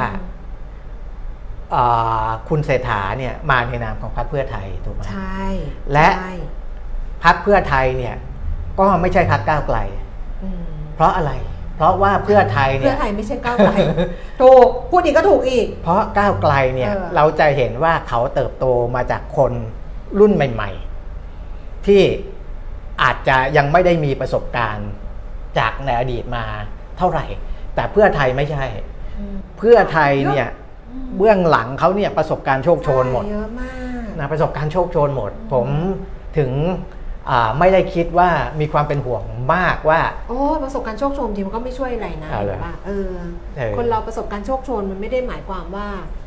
[SPEAKER 3] คุณเศรษฐาเนี่ยมาในนามของพรรคเพื่อไทยถูกไหม
[SPEAKER 2] ใช่
[SPEAKER 3] และพรรคเพื่อไทยเนี่ยก็ไม่ใช่พรรคก้าวไกลเพราะอะไรเพราะว่าเพื่อไทยเนี่ย
[SPEAKER 2] เพื่อไทยไม่ใช่ก้าวไกลถูกพูดอีกก็ถูกอีก
[SPEAKER 3] เพราะก้าวไกลเนี่ยเราจะเห็นว่าเขาเติบโตมาจากคนรุ่นใหม่ๆที่อาจจะยังไม่ได้มีประสบการณ์จากในอดีตมาเท่าไหร่แต่เพื่อไทยไม่ใช่เพื่อไทยเนี่ยเบื้องหลังเขาเนี่ยประสบการณ์โชคโชนหมด
[SPEAKER 2] เยอะมาก
[SPEAKER 3] นะประสบการณ์โชคโชนหมดผมถึงไม่ได้คิดว่ามีความเป็นห่วงมากว่า
[SPEAKER 2] โอ้ประสบการณ์โชคโชนทีมันก็ไม่ช่วยอะไรนะว่าเออคนเราประสบการณ์โชคโชนมันไม่ได้หมายความว่า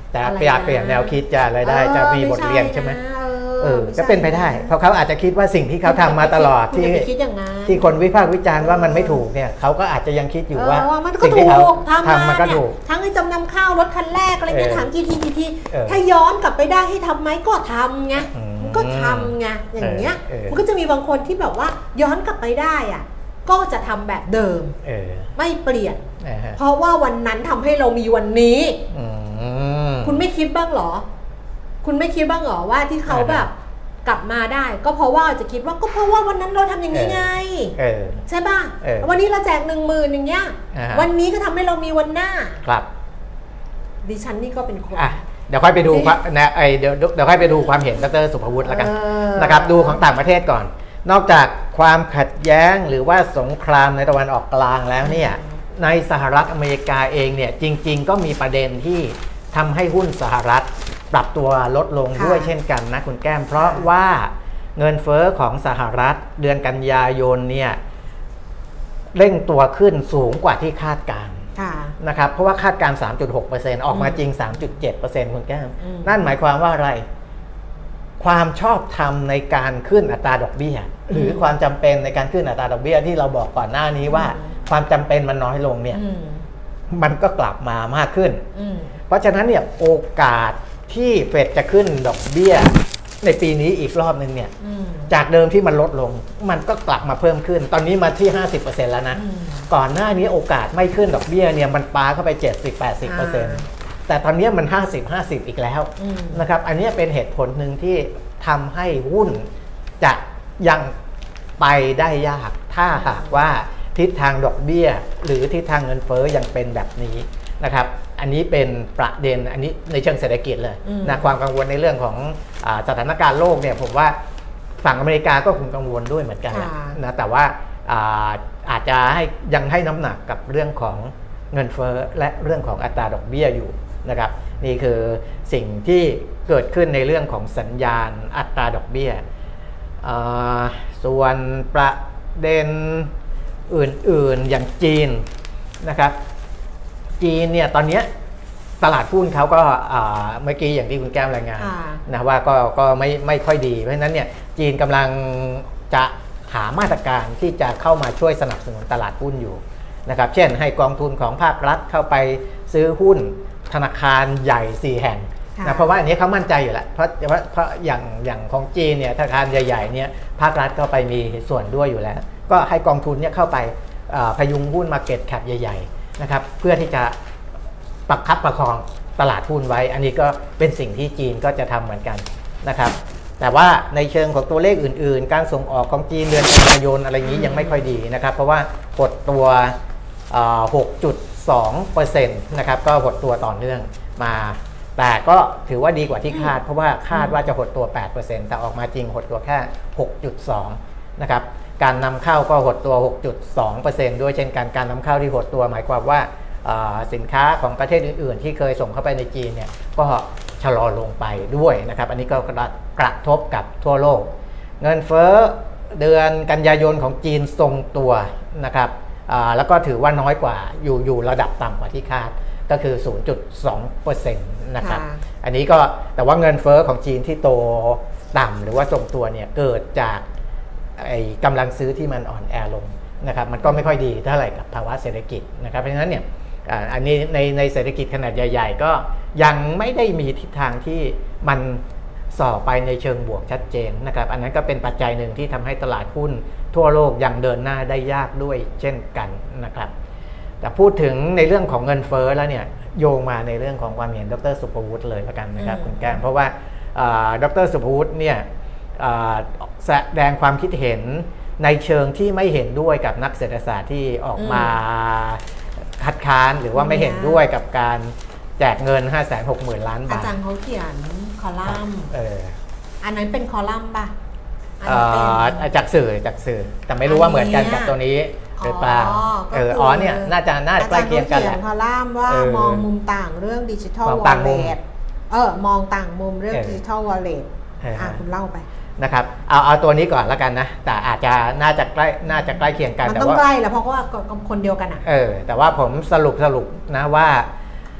[SPEAKER 3] แต่เปลี่ยนเปลี่ยนแนวคิดจะอะไรได้จะมีบทเรียนใช่ไหมเออก็เป็นไปได้เพราะเขาอาจจะคิดว่าสิ่งที่เขาทำมาตลอดที่ที่คนวิพากษ์วิจารณ์ว่ามันไม่ถูกเนี่ยเขาก็อาจจะยังคิดอยู่ว่าสิ่งที่เขาทำมันก็ถูก
[SPEAKER 2] ทั้งไอ้จำนำข้าวรถคันแรกอะไรเงี้ยถามกี่ทีกี่ทีถ้าย้อนกลับไปได้ให้ทำไหมก็ทำไงมันก็ทำไงอย่างเงี้ยมันก็จะมีบางคนที่แบบว่าย้อนกลับไปได้อ่ะก็จะทำแบบเดิมไม่เปลี่ยนเพราะว่าวันนั้นทำให้เรามีวันนี้คุณไม่คิดบ้างหรอคุณไม่คิดบ้างหรอว่าที่เขาแบบกลับมาได้ก็เพราะว่าจะคิดว่าก็เพราะว่าวันนั้นเราทำอย่างนี้ไงใช่ป่ะวันนี้เราแจกหนึ่งหมื่นอย่างเงี้ยวันนี้ก็ทำให้เรามีวันหน้า
[SPEAKER 3] ครับ
[SPEAKER 2] ดิฉันนี่ก็เป็นคน
[SPEAKER 3] เดี๋ยวค่อยไปดูนะไอเดี๋ยวเดี๋ยวค่อยไปดูความเห็นดร.สุภวุฒิแล้วกันนะครับดูของต่างประเทศก่อนนอกจากความขัดแย้งหรือว่าสงครามในตะวันออกกลางแล้วเนี่ยในสหรัฐอเมริกาเองเนี่ยจริงๆก็มีประเด็นที่ทำให้หุ้นสหรัฐปรับตัวลดลงด้วยเช่นกันนะคุณแก้มเพราะว่าเงินเฟ้อของสหรัฐเดือนกันยายนเนี่ยเร่งตัวขึ้นสูงกว่าที่คาดการณ์นะครับเพราะว่าคาดการณ์ สามจุดหกเปอร์เซ็นต์ ออกมาจริง สามจุดเจ็ดเปอร์เซ็นต์ คุณแก้มนั่นหมายความว่าอะไรความชอบธรรมในการขึ้นอัตราดอกเบี้ยหรือความจำเป็นในการขึ้นอัตราดอกเบี้ยที่เราบอกก่อนหน้านี้ว่าความจำเป็นมันน้อยลงเนี่ยมันก็กลับมามากขึ้นเพราะฉะนั้นเนี่ยโอกาสที่เฟดจะขึ้นดอกเบี้ยในปีนี้อีกรอบนึงเนี่ยจากเดิมที่มันลดลงมันก็กลับมาเพิ่มขึ้นตอนนี้มาที่ ห้าสิบเปอร์เซ็นต์ แล้วนะก่อนหน้านี้โอกาสไม่ขึ้นดอกเบี้ยเนี่ยมันปาเข้าไป เจ็ดสิบ แปดสิบเปอร์เซ็นต์ แต่ตอนนี้มัน ห้าสิบ ห้าสิบ อีกแล้วนะครับอันนี้เป็นเหตุผลหนึ่งที่ทำให้หุ้นจะยังไปได้ยากถ้าหากว่าทิศทางดอกเบี้ยหรือทิศทางเงินเฟ้อยังเป็นแบบนี้นะครับอันนี้เป็นประเด็นอันนี้ในเชิงเศรษฐกิจเลยนะความกังวลในเรื่องของสถานการณ์โลกเนี่ยผมว่าฝั่งอเมริกาก็คงกังวลด้วยเหมือนกันนะแต่ว่าอาอาจจะให้ยังให้น้ำหนักกับเรื่องของเงินเฟ้อและเรื่องของอัตราดอกเบี้ยอยู่นะครับนี่คือสิ่งที่เกิดขึ้นในเรื่องของสัญญาณอัตราดอกเบี้ยส่วนประเด็นอื่นๆอย่างจีนนะครับจีนเนี่ยตอนนี้ตลาดหุ้นเขาก็เมื่อกี้อย่างที่คุณแก้มรายงานนะว่าก็ก็ไม่ไม่ค่อยดีเพราะฉะนั้นเนี่ยจีนกำลังจะหามาตรการที่จะเข้ามาช่วยสนับสนุนตลาดหุ้นอยู่นะครับเช่นให้กองทุนของภาครัฐเข้าไปซื้อหุ้นธนาคารใหญ่สี่แห่งนะเพราะว่าอันนี้เขามั่นใจอยู่แล้วเพราะเพราะเพราะอย่างอย่างของจีนเนี่ยธนาคารใหญ่ๆเนี่ยภาครัฐก็ไปมีส่วนด้วยอยู่แล้วก็ให้กองทุนเนี่ยเข้าไปพยุงหุ้น market cap ใหญ่ๆนะครับเพื่อที่จะประคับประคองตลาดหุ้นไว้อันนี้ก็เป็นสิ่งที่จีนก็จะทำเหมือนกันนะครับแต่ว่าในเชิงของตัวเลขอื่นๆการส่งออกของจีนเดือนกันยายนอะไรนี้ยังไม่ค่อยดีนะครับเพราะว่าหดตัว หกจุดสองเปอร์เซ็นต์ นะครับก็หดตัวต่อเนื่องมาแต่ก็ถือว่าดีกว่าที่คาดเพราะว่าคาดว่าจะหดตัว แปดเปอร์เซ็นต์ แต่ออกมาจริงหดตัวแค่ หกจุดสอง นะครับการนำเข้าก็หดตัว หกจุดสองเปอร์เซ็นต์ ด้วยเช่นกันการนำเข้าที่หดตัวหมายความว่าสินค้าของประเทศอื่นๆที่เคยส่งเข้าไปในจีนเนี่ยก็ชะลอลงไปด้วยนะครับอันนี้ก็กระทบกับทั่วโลกเงินเฟ้อเดือนกันยายนของจีนทรงตัวนะครับแล้วก็ถือว่าน้อยกว่าอยู่อยู่ระดับต่ำกว่าที่คาดก็คือ ศูนย์จุดสองเปอร์เซ็นต์ นะครับอันนี้ก็แต่ว่าเงินเฟ้อของจีนที่โตต่ำหรือว่าทรงตัวเนี่ยเกิดจากไอ้กำลังซื้อที่มันอ่อนแอลงนะครับมันก็ไม่ค่อยดีเท่าไหร่กับภาวะเศรษฐกิจนะครับเพราะฉะนั้นเนี่ยอันนี้ในในเศรษฐกิจขนาดใหญ่ๆก็ยังไม่ได้มีทิศทางที่มันส่อไปในเชิงบวกชัดเจนนะครับอันนั้นก็เป็นปัจจัยหนึ่งที่ทำให้ตลาดหุ้นทั่วโลกยังเดินหน้าได้ยากด้วยเช่นกันนะครับแต่พูดถึงในเรื่องของเงินเฟ้อแล้วเนี่ยโยงมาในเรื่องของความเห็นดร.สุภวุฒิเลยแล้วกันนะครับคุณแก้มเพราะว่าดร.สุภวุฒิเนี่ยแสดงความคิดเห็นในเชิงที่ไม่เห็นด้วยกับนักเศรษฐศาสตร์ที่ออกมาคัดค้านหรือว่าไม่เห็นด้วยกับการแจกเงิน ห้าแสนหกหมื่น ล้านบาท
[SPEAKER 2] อาจารย์เขาเขียนคอลัมน์อันนั้นเป็นคอลัมน์ป่ะ
[SPEAKER 3] จากสื่อจากสื่อแต่ไม่รู้ว่าเหมือนกันกับตัวนี้หรือเปล่าเอออ๋อเนี่ยน่าจะน่าใกล้เคียงกันแหละ
[SPEAKER 2] อาจารย์เขาเขียนคอลัมน์ว่ามองมุมต่างเรื่องดิจิทัลวอลเล็ตเออมองต่างมุมเรื่องดิจิทัลวอลเล็ตอ่ะคุณเล่าไป
[SPEAKER 3] นะครับเอาเอาตัวนี้ก่อนแล้วกันนะแต่อาจจะน่าจะใกล้น่าจะใกล้เคียงกัน
[SPEAKER 2] แต่ว่ามันต้องใกล้แล้วเพราะว่าคนเดียวกันอ่ะ
[SPEAKER 3] เออแต่ว่าผมสรุปสรุปนะว่า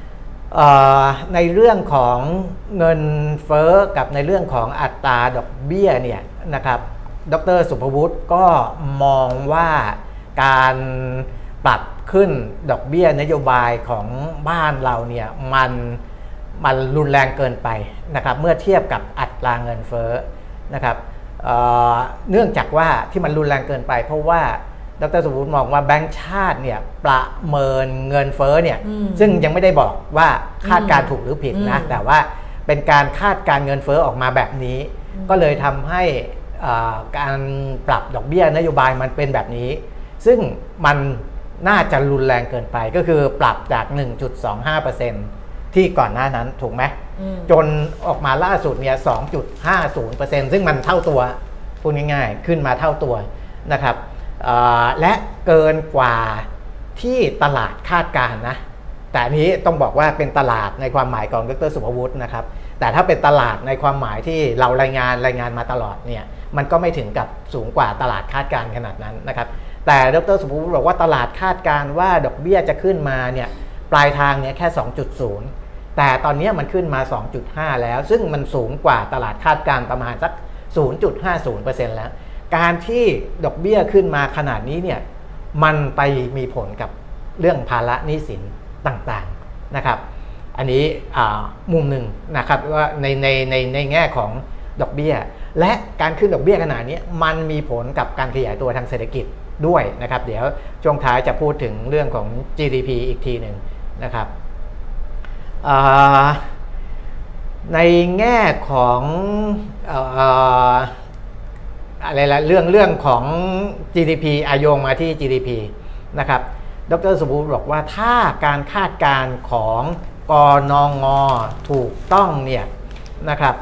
[SPEAKER 3] ในเรื่องของเงินเฟ้อกับในเรื่องของอัตราดอกเบี้ยเนี่ยนะครับดร.สุภวุฒิก็มองว่าการปรับขึ้นดอกเบี้ยนโยบายของบ้านเราเนี่ยมันมันรุนแรงเกินไปนะครับเมื่อเทียบกับอัตราเงินเฟ้อนะครับ เ, เนื่องจากว่าที่มันรุนแรงเกินไปเพราะว่าดร.สุภวุฒิมองว่าแบงก์ชาติเนี่ยประเมินเงินเฟ้อเนี่ยซึ่งยังไม่ได้บอกว่าคาดการถูกหรือผิดนะแต่ว่าเป็นการคาดการเงินเฟ้อออกมาแบบนี้ก็เลยทำให้การปรับดอกเบี้ยนโยบายมันเป็นแบบนี้ซึ่งมันน่าจะรุนแรงเกินไปก็คือปรับจาก หนึ่งจุดสองห้าเปอร์เซ็นต์ ที่ก่อนหน้านั้นถูกไหมจนออกมาล่าสุดเนี่ย สองจุดห้าศูนย์เปอร์เซ็นต์ ซึ่งมันเท่าตัวพูดง่ายๆขึ้นมาเท่าตัวนะครับและเกินกว่าที่ตลาดคาดการนะแต่อันนี้ต้องบอกว่าเป็นตลาดในความหมายของดร.สุภวุฒินะครับแต่ถ้าเป็นตลาดในความหมายที่เรารายงานรายงานมาตลอดเนี่ยมันก็ไม่ถึงกับสูงกว่าตลาดคาดการขนาดนั้นนะครับแต่ดร.สุภวุฒิบอกว่าตลาดคาดการว่าดอกเบี้ยจะขึ้นมาเนี่ยปลายทางเนี่ยแค่ สองจุดศูนย์ แต่ตอนนี้มันขึ้นมา สองจุดห้า แล้วซึ่งมันสูงกว่าตลาดคาดการประมาณสัก ศูนย์จุดห้าศูนย์เปอร์เซ็นต์ แล้วการที่ดอกเบี้ยขึ้นมาขนาดนี้เนี่ยมันไปมีผลกับเรื่องภาระหนี้สินต่างๆนะครับอันนี้มุมหนึ่งนะครับว่าในในในในแง่ของดอกเบี้ยและการขึ้นดอกเบี้ยขนาดนี้มันมีผลกับการขยายตัวทางเศรษฐกิจด้วยนะครับเดี๋ยวช่วงท้ายจะพูดถึงเรื่องของ จี ดี พี อีกทีหนึ่งนะครับในแง่ของอะไรละเรื่องเรื่องของ จี ดี พี อาโยงมาที่ จี ดี พี นะครับดร.สุภวุฒิบอกว่าถ้าการคาดการณ์ของกนง.ถูกต้องเนี่ยนะครับ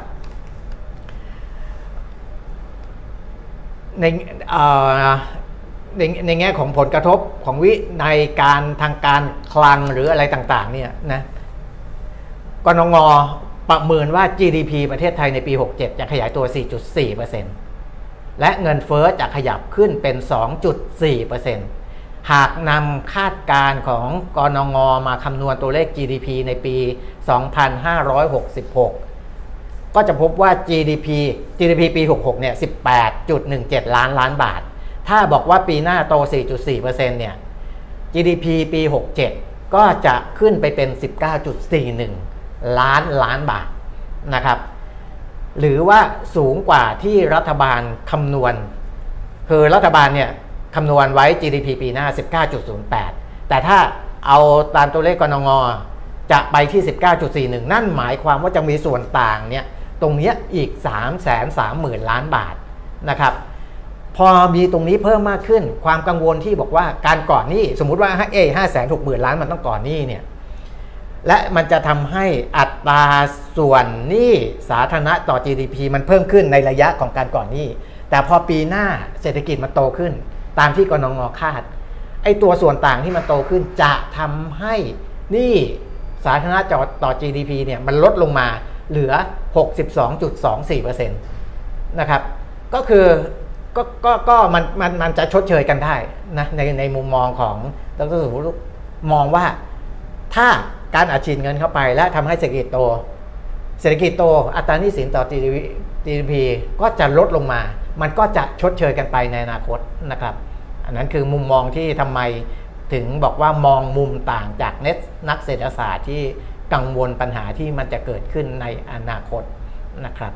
[SPEAKER 3] ในในในแง่ของผลกระทบของวิในการทางการคลังหรืออะไรต่างๆเนี่ยนะกนง.ประเมินว่า จี ดี พี ประเทศไทยในปีหกเจ็ดจะขยายตัว สี่จุดสี่เปอร์เซ็นต์ และเงินเฟ้อจะขยับขึ้นเป็น สองจุดสี่เปอร์เซ็นต์ หากนำคาดการณ์ของกนง.มาคำนวณตัวเลข จี ดี พี ในปี สองพันห้าร้อยหกสิบหก ก็จะพบว่า จี ดี พี จี ดี พี ปีหกสิบหกเนี่ย สิบแปดจุดหนึ่งเจ็ด ล้านล้านบาทถ้าบอกว่าปีหน้าโต สี่จุดสี่เปอร์เซ็นต์ เนี่ย จี ดี พี ปีหกสิบเจ็ดก็จะขึ้นไปเป็น สิบเก้าจุดสี่หนึ่ง ล้านล้านบาทนะครับหรือว่าสูงกว่าที่รัฐบาลคำนวณคือรัฐบาลเนี่ยคำนวณไว้ จี ดี พี ปีหน้า สิบเก้าจุดศูนย์แปด แต่ถ้าเอาตามตัวเลขกนง.จะไปที่ สิบเก้าจุดสี่หนึ่ง นั่นหมายความว่าจะมีส่วนต่างเนี่ยตรงนี้อีก สามแสนสามหมื่น ล้านบาทนะครับพอมีตรงนี้เพิ่มมากขึ้นความกังวลที่บอกว่าการก่อนหนี้สมมุติว่าเอห้าแสนหกหมื่นล้านมันต้องก่อนหนี้เนี่ยและมันจะทำให้อัตราส่วนหนี้สาธารณะต่อ จี ดี พี มันเพิ่มขึ้นในระยะของการก่อนหนี้แต่พอปีหน้าเศรษฐกิจมันโตขึ้นตามที่กนง.คาดไอ้ตัวส่วนต่างที่มันโตขึ้นจะทำให้หนี้สาธารณะต่อ จี ดี พี เนี่ยมันลดลงมาเหลือ หกสิบสองจุดสองสี่เปอร์เซ็นต์ นะครับก็คือก็ก็ก็มันมันมันจะชดเชยกันได้นะในในมุมมองของดร.สุภวุฒิมองว่าถ้าการอัดฉีดเงินเข้าไปและทำให้เศรษฐกิจโตเศรษฐกิจโตอัตราหนี้สินต่อ จี ดี พี ก็จะลดลงมามันก็จะชดเชยกันไปในอนาคตนะครับอันนั้นคือมุมมองที่ทำไมถึงบอกว่ามองมุมต่างจากนักเศรษฐศาสตร์ที่กังวลปัญหาที่มันจะเกิดขึ้นในอนาคตนะครับ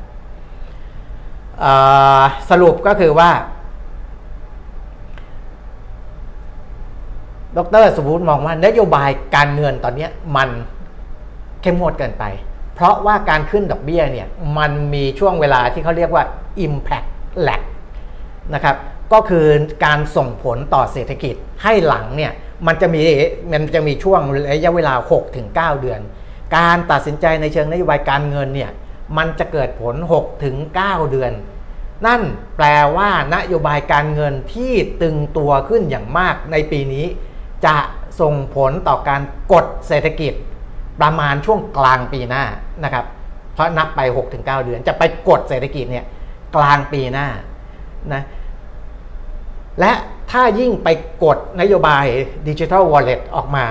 [SPEAKER 3] สรุปก็คือว่าดร.สุภวุฒิมองว่านโยบายการเงินตอนนี้มันเข้มงวดเกินไปเพราะว่าการขึ้นดอกเบี้ยเนี่ยมันมีช่วงเวลาที่เขาเรียกว่า impact lag นะครับก็คือการส่งผลต่อเศรษฐกิจให้หลังเนี่ยมันจะมีมันจะมีช่วงระยะเวลา หกถึงเก้า เดือนการตัดสินใจในเชิงนโยบายการเงินเนี่ยมันจะเกิดผล หกถึงเก้า เดือนนั่นแปลว่านโยบายการเงินที่ตึงตัวขึ้นอย่างมากในปีนี้จะส่งผลต่อการกดเศรษฐกิจประมาณช่วงกลางปีหน้านะครับเพราะนับไป หกถึงเก้า เดือนจะไปกดเศรษฐกิจเนี่ยกลางปีหน้านะและถ้ายิ่งไปกดนโยบาย Digital Wallet ออกมา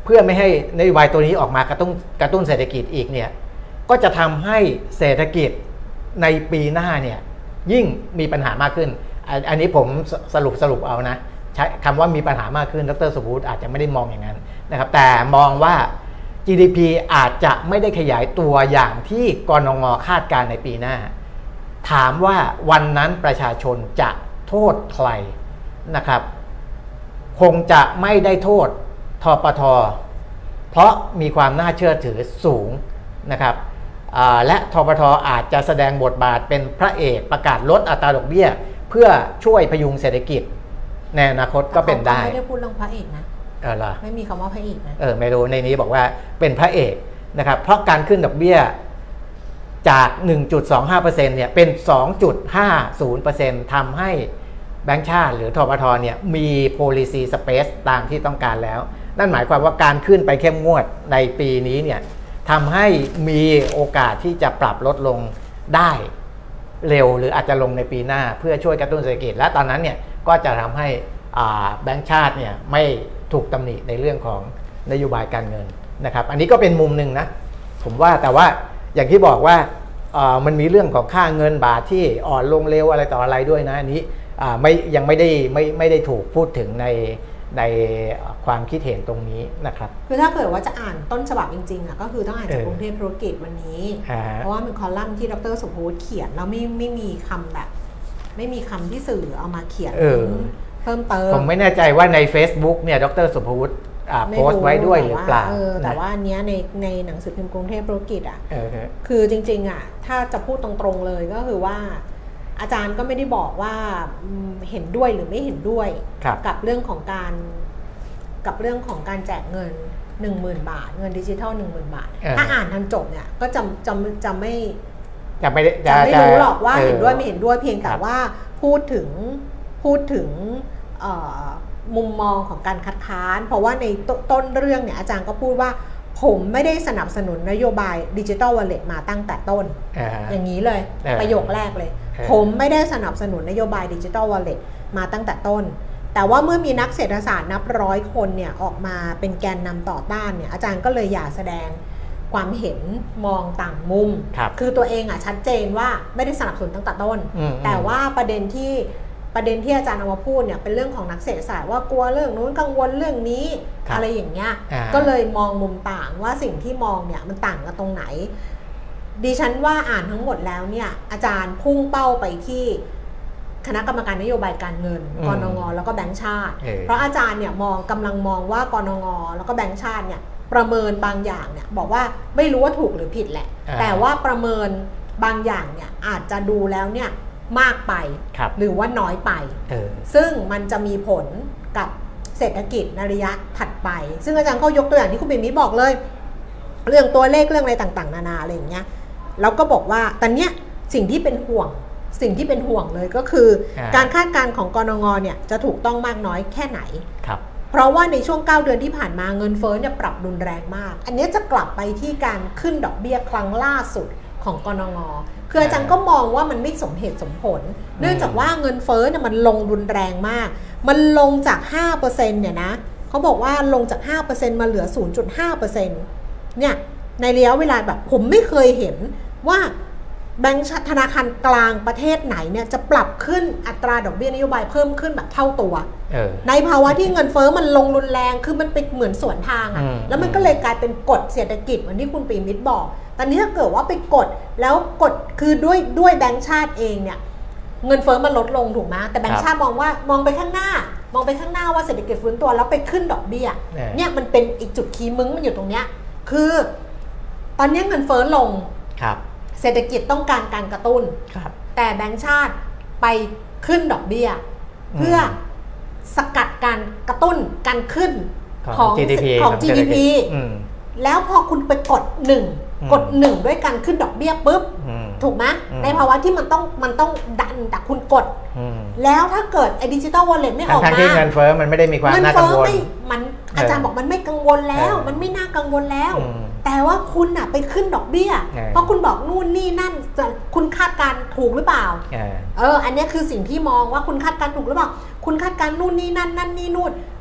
[SPEAKER 3] เพื่อไม่ให้นโยบายตัวนี้ออกมากระตุ้นกระตุ้นเศรษฐกิจอีกเนี่ยก็จะทำให้เศรษฐกิจในปีหน้าเนี่ยยิ่งมีปัญหามากขึ้นอันนี้ผมสรุปสรุปเอานะใช้คำว่ามีปัญหามากขึ้นดร.สุภวุฒิอาจจะไม่ได้มองอย่างนั้นนะครับแต่มองว่า จี ดี พี อาจจะไม่ได้ขยายตัวอย่างที่กนง.คาดการในปีหน้าถามว่าวันนั้นประชาชนจะโทษใครนะครับคงจะไม่ได้โทษทปท.เพราะมีความน่าเชื่อถือสูงนะครับและทปท.อาจจะแสดงบทบาทเป็นพระเอกประกาศลดอัตราดอกเบี้ยเพื่อช่วยพยุงเศรษฐกิจในอนาคตก็เป็นได้
[SPEAKER 2] ไม่ได้พูดเรื่องพระเอกนะ
[SPEAKER 3] เออเหรอ
[SPEAKER 2] ไม่มีคำว่าพระเอกนะ
[SPEAKER 3] เออไม่รู้ในนี้บอกว่าเป็นพระเอกนะครับเพราะการขึ้นดอกเบี้ยจาก หนึ่งจุดสองห้าเปอร์เซ็นต์ เนี่ยเป็น สองจุดห้าศูนย์เปอร์เซ็นต์ ทำให้แบงก์ชาติหรือทปท.เนี่ยมี policy space ตามที่ต้องการแล้วนั่นหมายความว่าการขึ้นไปเข้มงวดในปีนี้เนี่ยทำให้มีโอกาสที่จะปรับลดลงได้เร็วหรืออาจจะลงในปีหน้าเพื่อช่วยกระตุ้นเศรษฐกิจและตอนนั้นเนี่ยก็จะทำให้แบงก์ชาติเนี่ยไม่ถูกตำหนิในเรื่องของนโยบายการเงินนะครับอันนี้ก็เป็นมุมหนึ่งนะผมว่าแต่ว่าอย่างที่บอกว่ามันมีเรื่องของค่าเงินบาทที่อ่อนลงเร็วอะไรต่ออะไรด้วยนะอันนี้ไม่ยังไม่ได้ไม่ไม่ได้ถูกพูดถึงในในความคิดเห็นตรงนี้นะครับ
[SPEAKER 2] คือถ้าเกิดว่าจะอ่านต้นฉบับจริงๆอ่ะก็คือต้องอ่านจากกรุงเทพธุรกิจวันนี้เพราะว่าเป็นคอลัมน์ที่ดร.สุภวุฒิเขียนแล้วไม่ไม่มีคำแบบไม่มีคำที่สื่อเอามาเขียนเพิ่มเติม
[SPEAKER 3] ผมไม่แน่ใจว่าใน Facebook เนี่ยดร.สุภวุฒิโพสต์ไว้ด้วยหรือเปล่า
[SPEAKER 2] แต่ว่าอันนี้ในในหนังสือพิมพ์กรุงเทพธุรกิจอ่ะคือจริงๆอ่ะถ้าจะพูดตรงๆเลยก็คือว่าอาจารย์ก็ไม่ได้บอกว่าเห็นด้วยหรือไม่เห็นด้วยกับเรื่องของการกับเรื่องของการแจกเงิน หนึ่งหมื่น บาทเงินดิจิทัล หนึ่งหมื่น บาทถ้าอ่านทันจบเนี่ยก็จะจะจะไม่
[SPEAKER 3] จะไม่
[SPEAKER 2] จะไม่รู้หรอกว่าเห็นด้วยไม่เห็นด้วยเพียงแต่ว่าพูดถึงพูดถึงมุมมองของการคัดค้านเพราะว่าในต้นเรื่องเนี่ยอาจารย์ก็พูดว่าผมไม่ได้สนับสนุนนโยบายดิจิทัลวอลเล็ตมาตั้งแต่ต้น อ, อย่างนี้เลยประโยคแรกเลยผมไม่ได้สนับสนุนนโยบายดิจิทัลวอลเล็ตมาตั้งแต่ต้นแต่ว่าเมื่อมีนักเศรษฐศาสตร์นับร้อยคนเนี่ยออกมาเป็นแกนนำต่อต้านเนี่ยอาจารย์ก็เลยอยากแสดงความเห็นมองต่างมุม ค, คือตัวเองอ่ะชัดเจนว่าไม่ได้สนับสนุนตั้งแต่ต้นแต่ว่าประเด็นที่ประเด็นที่อาจารย์เอามาพูดเนี่ยเป็นเรื่องของนักเศรษฐศาสตร์ว่ากลัวเรื่องนู้นกังวลเรื่องนี้อะไรอย่างเงี้ยก็เลยมองมุมต่างว่าสิ่งที่มองเนี่ยมันต่างกันตรงไหนดิฉันว่าอ่านทั้งหมดแล้วเนี่ยอาจารย์พุ่งเป้าไปที่คณะกรรมการนโยบายการเงินกนง.แล้วก็แบงก์ชาติเพราะอาจารย์เนี่ยมองกำลังมองว่ากนง.แล้วก็แบงก์ชาติเนี่ยประเมินบางอย่างเนี่ยบอกว่าไม่รู้ว่าถูกหรือผิดแหละแต่ว่าประเมินบางอย่างเนี่ยอาจจะดูแล้วเนี่ยมากไปหรือว่าน้อยไปซึ่งมันจะมีผลกับเศรษฐกิจในระยะถัดไปซึ่งอาจารย์เขายกตัวอย่างที่คุณปิ่มมิตรบอกเลยเรื่องตัวเลขเรื่องอะไรต่างๆนานาอะไรอย่างเงี้ยแล้วก็บอกว่าตอนเนี้ยสิ่งที่เป็นห่วงสิ่งที่เป็นห่วงเลยก็คือการคาดการณ์ของกนง.เนี่ยจะถูกต้องมากน้อยแค่ไหนเพราะว่าในช่วงเก้าเดือนที่ผ่านมาเงินเฟ้อเนี่ยปรับรุนแรงมากอันนี้จะกลับไปที่การขึ้นดอกเบี้ยครั้งล่าสุดของกนง.คืออาจารย์ก็มองว่ามันไม่สมเหตุสมผลเนื่องจากว่าเงินเฟ้อเนี่ยมันลงรุนแรงมากมันลงจาก ห้าเปอร์เซ็นต์ เนี่ยนะเขาบอกว่าลงจาก ห้าเปอร์เซ็นต์ มาเหลือ ศูนย์จุดห้าเปอร์เซ็นต์ เนี่ยในระยะเวลาแบบผมไม่เคยเห็นว่าแบงก์ธนาคารกลางประเทศไหนเนี่ยจะปรับขึ้นอัตราดอกเบี้ยนโยบายเพิ่มขึ้นแบบเท่าตัวในภาวะที่เงินเฟ้อมันลงรุนแรงคือมันเป็นเหมือนสวนทางอ่ะแล้วมันก็เลยกลายเป็นกฎเศรษฐกิจเหมือนที่คุณปิ่มมิตรบอกตอนนี้ถ้าเกิดว่าไปกดแล้วกดคือด้วยด้วยแบงก์ชาติเองเนี่ยเงินเฟ้อมันลดลงถูกไหมแต่แบงก์ชาติมองว่ามองไปข้างหน้ามองไปข้างหน้าว่าเศรษฐกิจฟื้นตัวแล้วไปขึ้นดอกเบี้ยเนี่ยมันเป็นอีกจุดคีย์มึงมันอยู่ตรงเนี้ยคือตอนนี้เงินเฟ้อลงเศรษฐกิจต้องการการกระตุ้นแต่แบงก์ชาติไปขึ้นดอกเบี้ยเพื่อสกัดการกระตุ้นการขึ้นของ จี ดี พี ของ จี ดี พี แล้วพอคุณไปกดหนึ่งกดหนึ่งด้วยการขึ้นดอกเบี้ยปุ๊บถูกไหมในภาวะที่มันต้องมันต้องดันแต่คุณกดแล้วถ้าเกิดไอ้ดิจิตอลวอลเล็ตไม่ออกมา
[SPEAKER 3] ที่เงินเฟ้อมันไม่ได้มีความน่ากังวล
[SPEAKER 2] มันอาจารย์บอกมันไม่กังวลแล้วมันไม่น่ากังวลแล้วแต่ว่าคุณอะไปขึ้นดอกเบี้ยเพราะคุณบอกนู่นนี่นั่นคุณคาดการถูกหรือเปล่าเอออันนี้คือสิ่งที่มองว่าคุณคาดการถูกหรือเปล่าคุณคาดการนู่นนี่นั่นนั่นนี่นู่น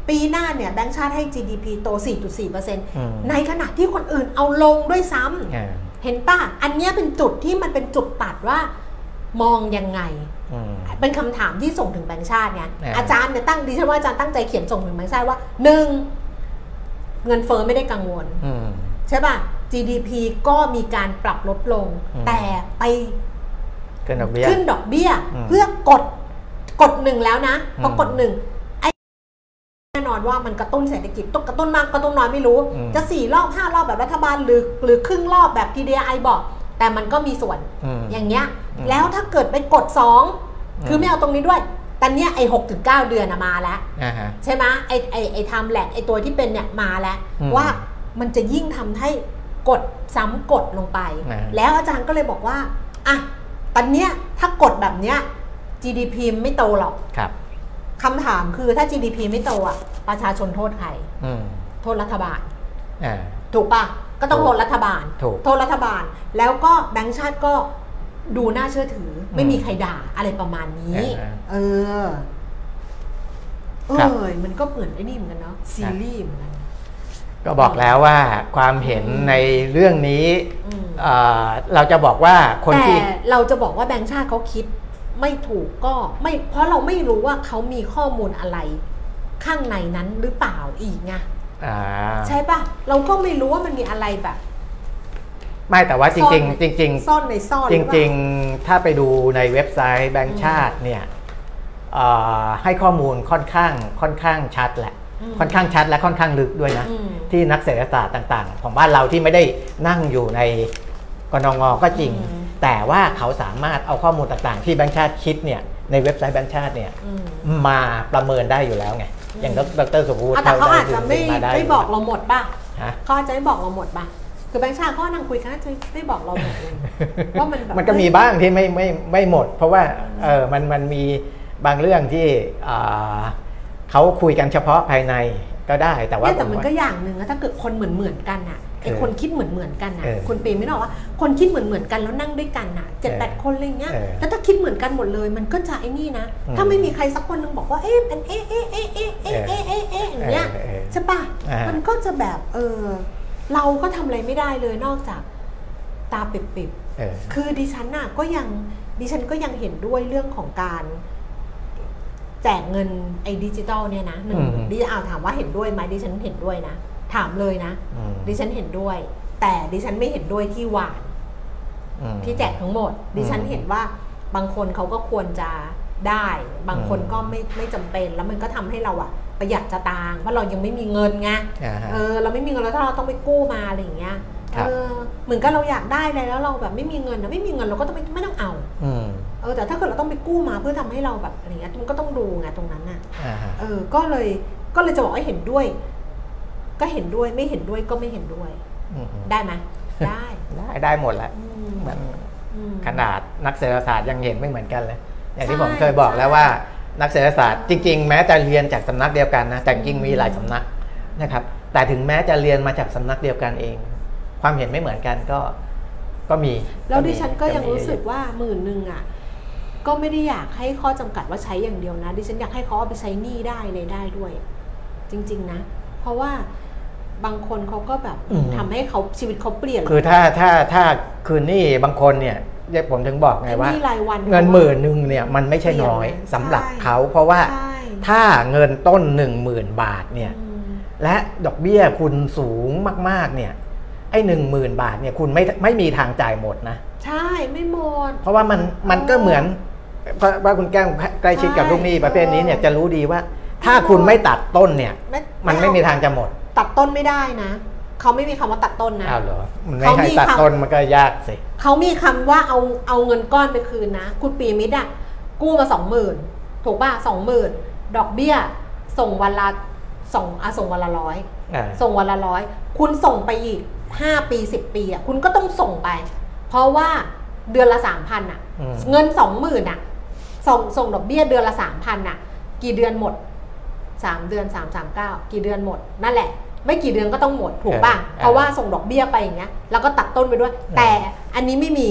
[SPEAKER 2] ปีหน้าเนี่ยแบงก์ชาติให้ จี ดี พี โต สี่จุดสี่เปอร์เซ็นต์ ในขณะที่คนอื่นเอาลงด้วยซ้ำเห็นป่ะอันนี้เป็นจุดที่มันเป็นจุดตัดว่ามองยังไงเป็นคำถามที่ส่งถึงแบงก์ชาติไงอาจารย์เนี่ยตั้งดิฉันว่าอาจารย์ตั้งใจเขียนส่งถึงแบงก์ชาติว่าหนึ่งเงินเฟ้อไม่ได้กังวลใช่ป่ะ จี ดี พี ก็มีการปรับลดลงแต่ไป
[SPEAKER 3] ขึ้นดอกเบี้ย
[SPEAKER 2] ขึ้นดอกเบี้ยเพื่อกดกดหนึ่งแล้วนะพอกดหนึ่งไอ้แน่นอนว่ามันกระตุ้นเศรษฐกิจต้องกระตุ้นมากกระตุ้นน้อยไม่รู้จะสี่รอบห้ารอบแบบรัฐบาลหรือหรือครึ่งรอบแบบ ที ดี ไอ บอกแต่มันก็มีส่วนอย่างเงี้ยแล้วถ้าเกิดไปกดสองคือไม่เอาตรงนี้ด้วยแต่เนี้ยไอ้หกถึงเก้าเดือนมาแล้วใช่ไหมไอ้ไอ้ไอ้ทำแหลกไอ้ตัวที่เป็นเนี่ยมาแล้วว่ามันจะยิ่งทำให้กดซ้ำกดลงไปแล้วอาจารย์ก็เลยบอกว่าอ่ะตอนเนี้ยถ้ากดแบบเนี้ย จี ดี พี ไม่โตหรอกคำถามคือถ้า จี ดี พี ไม่โตอ่ะประชาชนโทษใครโทษรัฐบาลถูกปะก็ต้องโทษรัฐบาลโทษรัฐบาลแล้วก็แบงก์ชาติก็ดูน่าเชื่อถือไม่มีใครด่าอะไรประมาณนี้เออเออมันก็เหมือนไอ้นี่เหมือนกันเนาะซีรีส์เหมือนกัน
[SPEAKER 3] ก็บอกแล้วว่าความเห็นในเรื่องนี้เราจะบอกว่าคนที่
[SPEAKER 2] แต่เราจะบอกว่าแบงก์ชาติเขาคิดไม่ถูกก็ไม่เพราะเราไม่รู้ว่าเขามีข้อมูลอะไรข้างในนั้นหรือเปล่าอีกไงใช่ป่ะเราก็ไม่รู้ว่ามันมีอะไรแบบ
[SPEAKER 3] ไม่แต่ว่าจริงๆจริงๆ
[SPEAKER 2] ซ่อนในซ่อน
[SPEAKER 3] จริงๆถ้าไปดูในเว็บไซต์แบงก์ชาติเนี่ยให้ข้อมูลค่อนข้างค่อนข้างชัดแหละค่อนข้างชัดและค่อนข้างลึกด้วยนะที่นักเศรษฐศาสตร์ต่างๆของบ้านเราที่ไม่ได้นั่งอยู่ในกนง.ก็จริงแต่ว่าเขาสามารถเอาข้อมูลต่างๆที่แบงก์ชาติคิดเนี่ยในเว็บไซต์แบงก์ชาติเนี่ยมาประเมินได้อยู่แล้วไงอย่างดร.สุภวุฒิ
[SPEAKER 2] แต่เขาอาจจะไม่ไม่บอกเราหมดป่ะเขาอาจจะไม่บอกเราหมดป่ะคือแบงก์ชาติก็นั่งคุยกันจะไม่บอกเราหมดเลยว่ามัน
[SPEAKER 3] มันก็มีบ้างที่ไม่ไม่ไม่หมดเพราะว่าเออมันมันมีบางเรื่องที่เขาคุยกันเฉพาะภายในก็ได้แต่ว่า
[SPEAKER 2] แต่มันก็อย่างหนึ่งถ้าเกิดคนเหมือนเหมือนกันอ่ะไอ้คนคิดเหมือนเหมือนกันอ่ะคนปีไม่หรอกว่าคนคิดเหมือนเหมือนกันแล้วนั่งด้วยกันอ่ะเจ็ดแปดคนอะไรเงี้ยแล้วถ้าคิดเหมือนกันหมดเลยมันก็จะไอ้นี่นะถ้าไม่มีใครสักคนนึงบอกว่าเอ๊ะเป็นเอ๊ะเอ๊ะเอ๊ะเอ๊ะเอ๊ะเอ๊ะเอ๊ะเอ๊ะอย่างเงี้ยใช่ป่ะมันก็จะแบบเออเราก็ทำอะไรไม่ได้เลยนอกจากตาปิบๆคือดิฉันน่ะก็ยังดิฉันก็ยังเห็นด้วยเรื่องของการแจกเงินไอ้ดิจิตอลเนี่ยนะหนึ่งดิฉันเอาถามว่าเห็นด้วยไหมดิฉันเห็นด้วยนะถามเลยนะดิฉันเห็นด้วยแต่ดิฉันไม่เห็นด้วยที่หวานที่แจกทั้งหมดดิฉันเห็นว่าบางคนเขาก็ควรจะได้บางคนก็ไม่ไม่จำเป็นแล้วมันก็ทำให้เราอะประหยัดสตางค์เพราะเรายังไม่มีเงินไงเออเราไม่มีเงินแล้วถ้าเราต้องไปกู้มาอะไรอย่างเงี้ยเออเหมือนกับเราอยากได้เลยแล้วเราแบบไม่มีเงินนะไม่มีเงินเราก็ต้องไม่ไม่ต้องเอาเออแต่ถ้าเกิดเราต้องไปกู้มาเพื่อทำให้เราแบบอะไรเงี้ยมันก็ต้องดูไงตรงนั้นน่ะเออก็เลยก็เลยจะบอกว่าเห็นด้วยก็เห็นด้วยไม่เห็นด้วยก็ไม่เห็นด้วยได้ไหมได้
[SPEAKER 3] ได้ได้หมดแหละมันขนาดนักเศรษฐศาสตร์ยังเห็นไม่เหมือนกันเลยอย่างที่ผมเคยบอกแล้วว่านักเศรษฐศาสตร์จริงๆแม้จะเรียนจากสำนักเดียวกันนะแต่จริงมีหลายสำนักนะครับแต่ถึงแม้จะเรียนมาจากสำนักเดียวกันเองความเห็นไม่เหมือนกันก็ก็มี
[SPEAKER 2] แล้วดิฉันก็ยังรู้สึกว่าหมื่นหนึ่งอ่ะก็ไม่ได้อยากให้ข้อจำกัดว่าใช้อย่างเดียวนะดิฉันอยากให้เขาเอาไปใช้หนี้ได้เลยได้ด้วยจริงๆนะเพราะว่าบางคนเขาก็แบบทำให้เขาชีวิตเขาเปลี่ยน
[SPEAKER 3] คือถ้าถ้าถ้าคืนหนี้บางคนเนี่ยผมถึงบอกไงว่าเงินหมื่นหนึ่งเนี่ยมันไม่ใช่น้อยสำหรับเขาเพราะว่าถ้าเงินต้นหนึ่งหมื่นบาทเนี่ยและดอกเบี้ยคุณสูงมากๆเนี่ยไอ้หนึ่งหมื่นบาทเนี่ยคุณไม่ไม่มีทางจ่ายหมดนะ
[SPEAKER 2] ใช่ไม่หมด
[SPEAKER 3] เพราะว่ามันมันก็เหมือนว่าคุณแก้วใกล้ชิดกับลูกหนี้ประเภทนี้เนี่ยจะรู้ดีว่าถ้าคุณไม่ตัดต้นเนี่ยมันไม่มีทางจะหมด
[SPEAKER 2] ตัดต้นไม่ได้นะเขาไม่มีคำว่าตัดต้นนะ
[SPEAKER 3] อ้าวเหรอมันไม่ให้ตัดต้นมันก็ยากสิ
[SPEAKER 2] เขามีคำว่าเอาเอาเงินก้อนไปคืนนะคุณปีมิตรอ่ะกู้มาสองหมื่นถูกป่ะสองหมื่นดอกเบี้ยส่งวันละส่งอ่ะส่งวันละร้อยส่งวันละร้อยคุณส่งไปอีกห้าปีสิบปีอ่ะคุณก็ต้องส่งไปเพราะว่าเดือนละสามพันอ่ะเงินสองหมื่นอ่ะส่งส่งดอกเบี้ยเดือนละสามพันอ่ะกี่เดือนหมดสามเดือนสามสามเก้ากี่เดือนหมดนั่นแหละไม่กี่เดือนก็ต้องหมดถูกป่ะเพราะว่าส่งดอกเบี้ยไปอย่างเงี้ยแล้วก็ตัดต้นไปด้วยแต่อันนี้ไม่มี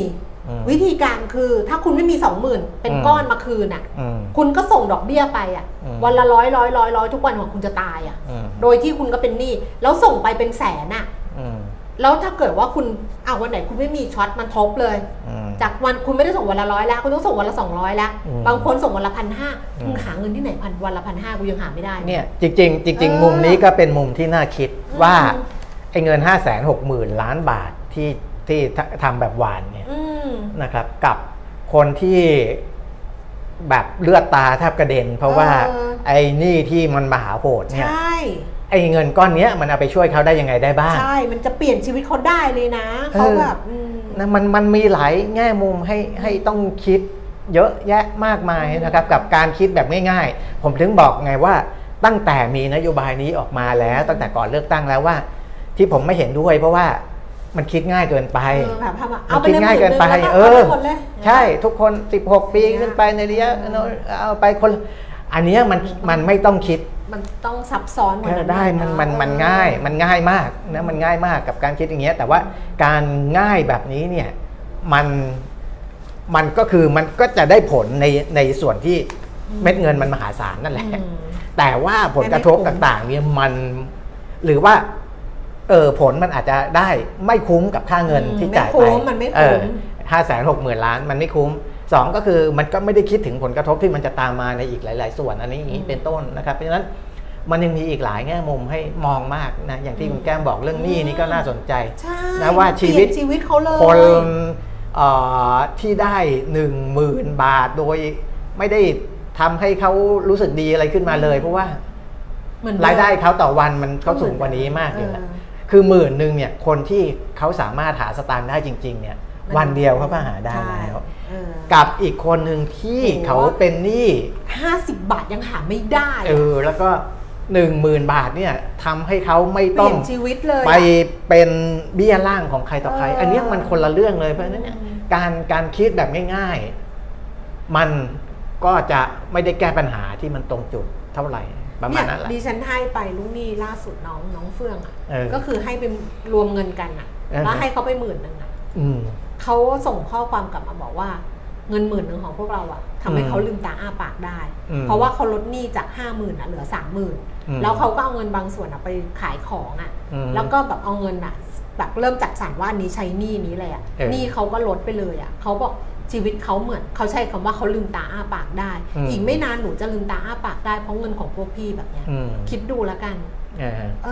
[SPEAKER 2] วิธีการคือถ้าคุณไม่มีสองหมื่นเป็นก้อนมาคืนอ่ะคุณก็ส่งดอกเบี้ยไปอ่ะวันละร้อยร้อยร้อยร้อยทุกวันของคุณจะตายอ่ะโดยที่คุณก็เป็นหนี้แล้วส่งไปเป็นแสนอ่ะแล้วถ้าเกิดว่าคุณอ้าววันไหนคุณไม่มีช็อตมันทบเลยจากวันคุณไม่ได้ส่งวันละร้อยแล้วคุณต้องส่งวันละสองร้อยแล้วบางคนส่งวันละพันห้าคุณหาเงินที่ไหนพันวันละพันห้ากูยังหาไม่ได้
[SPEAKER 3] เนี่ยจริงๆจริงๆมุมนี้ก็เป็นมุมที่น่าคิดว่าไอ้เงินห้าแสนหกหมื่นล้านบาทที่ที่ทำแบบหวานเนี่ยนะครับกับคนที่แบบเลือดตาแทบกระเด็นเพราะว่าไอ้นี่ที่มันมหาโหดเนี่ยไอ้เงินก้อนนี้มันเอาไปช่วยเขาได้ยังไงได้บ้าง
[SPEAKER 2] ใช่มันจะเปลี่ยนชีวิตเขาได้เลยนะเขาแบบ
[SPEAKER 3] นะมันมันมีหลายแง่มุมให้ให้ต้องคิดเยอะแยะมากมายนะครับกับการคิดแบบง่ายๆผมถึงบอกไงว่าตั้งแต่มีนโยบายนี้ออกมาแล้วตั้งแต่ก่อนเลือกตั้งแล้วว่าที่ผมไม่เห็นด้วยเพราะว่ามันคิดง่ายเกินไป
[SPEAKER 2] มัน
[SPEAKER 3] คิดง่ายเกินไปเออใช่ทุกคนสิบหกปีขึ้นไปในระยะเอาไปคนอันนี้มันมันไม่ต้องคิด
[SPEAKER 2] มันต้องซับซ้อนกว่า
[SPEAKER 3] นั้นได้มันมันมันง่ายมันง่ายมากนะมันง่ายมากกับการคิดอย่างเงี้ยแต่ว่าการง่ายแบบนี้เนี่ยมันมันก็คือมันก็จะได้ผลในในส่วนที่เม็ดเงินมันมหาศาลนั่นแหละแต่ว่าผลกระทบต่างๆเนี่ยมันหรือว่าเออผลมันอาจจะได้ไม่คุ้มกับค่าเงินที่จ่ายไป
[SPEAKER 2] มันไม่คุ้ม
[SPEAKER 3] ห้าแสนหกหมื่นล้านมันไม่คุ้มสองก็คือมันก็ไม่ได้คิดถึงผลกระทบที่มันจะตามมาในอีกหลายๆส่วนอันนี้อย่างนี้เป็นต้นนะครับเพราะฉะนั้นมันยังมีอีกหลายแง่มุมให้มองมากนะอย่างที่คุณแก้มบอกเรื่องหนี้นี่ก็น่าสนใจนะว่าชีวิต
[SPEAKER 2] ชีวิตเขาเลย
[SPEAKER 3] คนที่ได้หนึ่งหมื่นบาทโดยไม่ได้ทำให้เขารู้สึกดีอะไรขึ้นมาเลยเพราะว่ารายได้เขาต่อวันมันเขาสูงกว่านี้มากเลยนะคือหมื่นหนึ่งเนี่ยคนที่เขาสามารถหาสตางค์ได้จริงๆเนี่ยวันเดียวเขาก็หาได้แล้วกับอีกคนหนึ่งที่เขาเป็นหนี้
[SPEAKER 2] ห้าสิบบาทยังหาไม่ได้
[SPEAKER 3] เออแล้วก็หนึ่งหมื่นบาทเนี่ยทำให้เขาไม่ต้อง
[SPEAKER 2] ชีวิตเลย
[SPEAKER 3] ไปเป็นเบี้ยล่างของใครต่อใครอันนี้มันคนละเรื่องเลยเพราะฉะนั้นเนี่ยการการคิดแบบง่ายๆมันก็จะไม่ได้แก้ปัญหาที่มันตรงจุดเท่าไหร่ประมาณนั้นแหละ
[SPEAKER 2] ดิฉันให้ไปลูกหนี้ล่าสุดน้องน้องเฟื่องอ่ะก็คือให้ไปรวมเงินกันอ่ะแล้วให้เขาไปหมื่นหนึ่งอ่ะเขาส่งข้อความกลับมาบอกว่าเงินหมื่นหนึ่งของพวกเราอ่ะทำให้เขาลืมตาอ้าปากได้เพราะว่าเขาลดหนี้จากห้าหมื่นอ่ะเหลือสามหมื่นแล้วเขาก็เอาเงินบางส่วนอ่ะไปขายของอ่ะแล้วก็แบบเอาเงินอ่ะแบบเริ่มจัดสรรว่านี้ใช้หนี้นี้เลยอ่ะหนี้เขาก็ลดไปเลยอ่ะเขาบอกชีวิตเขาเหมือนเขาใช้คำว่าเขาลืมตาอ้าปากได้อีกไม่นานหนูจะลืมตาอ้าปากได้เพราะเงินของพวกพี่แบบเนี้ยคิดดูแล้วกันเออเอ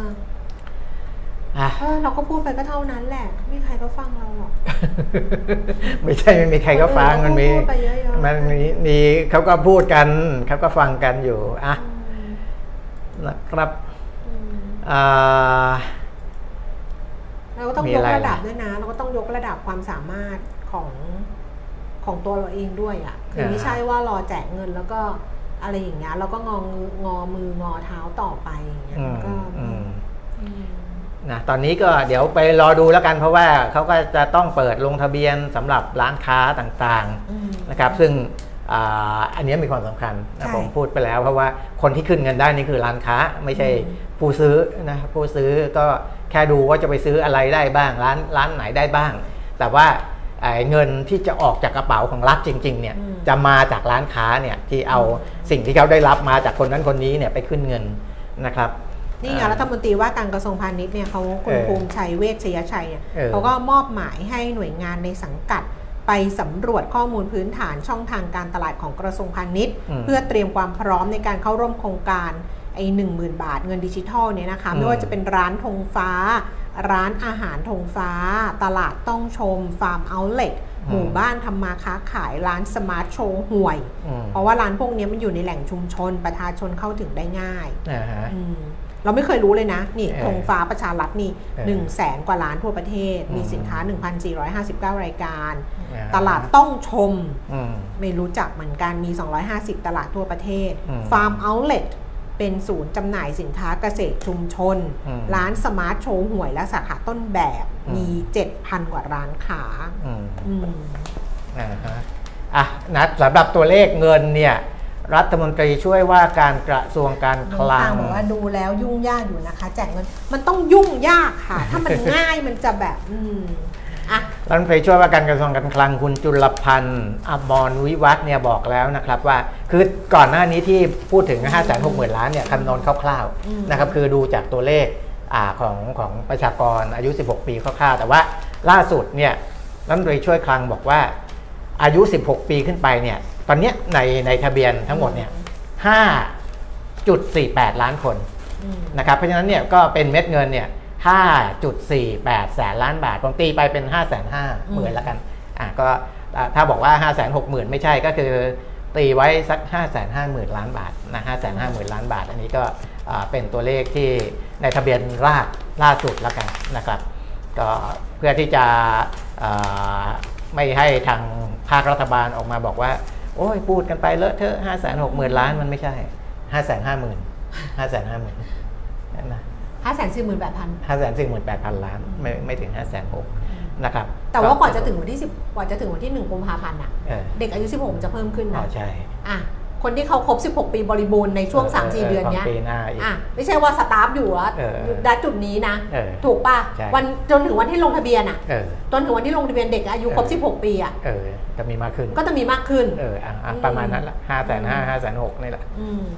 [SPEAKER 2] อเราก็พูดไปก็เท่านั้นแหละไม่มีใครก็ฟังเราหรอก
[SPEAKER 3] ไม่ใช่ไม่มีใครก็ฟังมันมีมันมีมีเขาก็พูดกันเขาก็ฟังกันอยู่อ่ะนะครับ
[SPEAKER 2] เราก็ต้องยกระดับด้วยนะเราก็ต้องยกระดับความสามารถของของตัวเราเองด้วยอ่ะคือไม่ใช่ว่ารอแจกเงินแล้วก็อะไรอย่างเงี้ยเราก็งองงอมืองอเท้าต่อไปอย่างเงี้ยก็
[SPEAKER 3] นะตอนนี้ก็เดี๋ยวไปรอดูแล้วกันเพราะว่าเขาก็จะต้องเปิดลงทะเบียนสำหรับร้านค้าต่างๆนะครับซึ่งอันนี้มีความสำคัญนะผมพูดไปแล้วเพราะว่าคนที่ขึ้นเงินได้นี่คือร้านค้าไม่ใช่ผู้ซื้อนะผู้ซื้อก็แค่ดูว่าจะไปซื้ออะไรได้บ้างร้านร้านไหนได้บ้างแต่ว่าเงินที่จะออกจากกระเป๋าของรัฐจริงๆเนี่ยจะมาจากร้านค้าเนี่ยที่เอาสิ่งที่เขาได้รับมาจากคนนั้นคนนี้เนี่ยไปขึ้นเงินนะครับ
[SPEAKER 2] นี่ไงรัฐมนตรีว่าการกระทรวงพาณิชย์เนี่ยเขาคุณภูมิชัยเวชชยชัยเนี่ยเขาก็มอบหมายให้หน่วยงานในสังกัดไปสำรวจข้อมูลพื้นฐานช่องทางการตลาดของกระทรวงพาณิชย์เพื่อเตรียมความพร้อมในการเข้าร่วมโครงการไอ้หนึ่งหมื่นบาทเงินดิจิทัลเนี่ยนะคะไม่ว่าจะเป็นร้านธงฟ้าร้านอาหารธงฟ้าตลาดต้องชมฟาร์มเอาท์เล็ตหมู่บ้านทำมาค้าขายร้านสมาร์ทโชว์ห่วยเพราะว่าร้านพวกนี้มันอยู่ในแหล่งชุมชนประชาชนเข้าถึงได้ง่ายเราไม่เคยรู้เลยนะนี่ธงฟ้าประชารัฐนี่หนึ่งแสนกว่าร้านทั่วประเทศมีสินค้า หนึ่งพันสี่ร้อยห้าสิบเก้า รายการตลาดต้องชมไม่รู้จักเหมือนกันมีสองร้อยห้าสิบตลาดทั่วประเทศฟาร์มเอาท์เล็ตเป็นศูนย์จำหน่ายสินค้าเกษตรชุมชนร้านสมาร์ทโชว์หวยและสาขาต้นแบบมี เจ็ดพัน กว่าร้านค้า
[SPEAKER 3] อ่ะนะสำหรับตัวเลขเงินเนี่ยรัฐมนตรีช่วยว่าการกระทรวงการคลัง
[SPEAKER 2] บอกว่าดูแล้วยุ่งยากอยู่นะคะแจกเงินมันต้องยุ่งยากค่ะถ้ามันง่ายมันจะแบบอืม
[SPEAKER 3] รัฐมนตรีช่วยว่าการกระทรวงการคลังคุณจุลพันธ์อมรวิวัฒน์เนี่ยบอกแล้วนะครับว่าคือก่อนหน้านี้ที่พูดถึง ห้าแสนหกหมื่น ล้านเนี่ยคำนวณคร่าวๆนะครับคือดูจากตัวเลขของของประชากรอายุสิบหกปีคร่าวๆแต่ว่าล่าสุดเนี่ยรัฐมนตรีช่วยคลังบอกว่าอายุสิบหกปีขึ้นไปเนี่ยตอนนี้ในในทะเบียนทั้งหมดเนี่ย ห้าจุดสี่แปด ล้านคนนะครับเพราะฉะนั้นเนี่ยก็เป็นเม็ดเงินเนี่ย ห้าจุดสี่แปด แสนล้านบาทผมตีไปเป็น ห้าแสนห้าหมื่น แล้วกันอ่ะก็ถ้าบอกว่า ห้าแสนหกหมื่น ไม่ใช่ก็คือตีไว้สัก ห้าแสนห้าหมื่น ล้านบาทนะ ห้าแสนห้าหมื่น ล้านบาทอันนี้ก็เป็นตัวเลขที่ในทะเบียนราษฎรล่าสุดแล้วกันนะครับก็เพื่อที่จะไม่ให้ทางภาครัฐบาลออกมาบอกว่าโอ้ยพูดกันไปเลอะเทอะ ห้าแสนหกหมื่น ล้านมันไม่ใช่ ห้าแสนห้าหมื่น ห้าแสนห้าหมื่นนั่นนะ
[SPEAKER 2] ห้าแสนสี่หมื่นแปดพัน
[SPEAKER 3] ห้าแสนสี่หมื่นแปดพันล้านไม่ไม่ถึงห้าแสนหกนะครับ
[SPEAKER 2] แต่ว่ากว่าจะถึงวันที่สิบกว่าจะถึงวันที่หนึ่งกุมภาพันธ์อ่ะเด็กอายุสิบหกจะเพิ่มขึ้นนะ
[SPEAKER 3] อ๋อใช่
[SPEAKER 2] อ่ะคนที่เขาครบสิบหกปีบริบูรณ์ในช่วง สามสี่ เดือนเนี้ยอ่ะไม่ใช่ว่าสตาฟอยู่แล้วณจุดนี้นะถูกป่ะวันจนถึงวันที่ลงทะเบียนอ่ะจนถึงวันที่ลงทะเบียนเด็กอายุครบสิบหกปีอ่ะ
[SPEAKER 3] เออจะมีมากขึ้น
[SPEAKER 2] ก็จะมีมากขึ้น
[SPEAKER 3] เอออ่ะประมาณนั้นแหละห้าแสนห้าห้าแสนหกนี่แหละ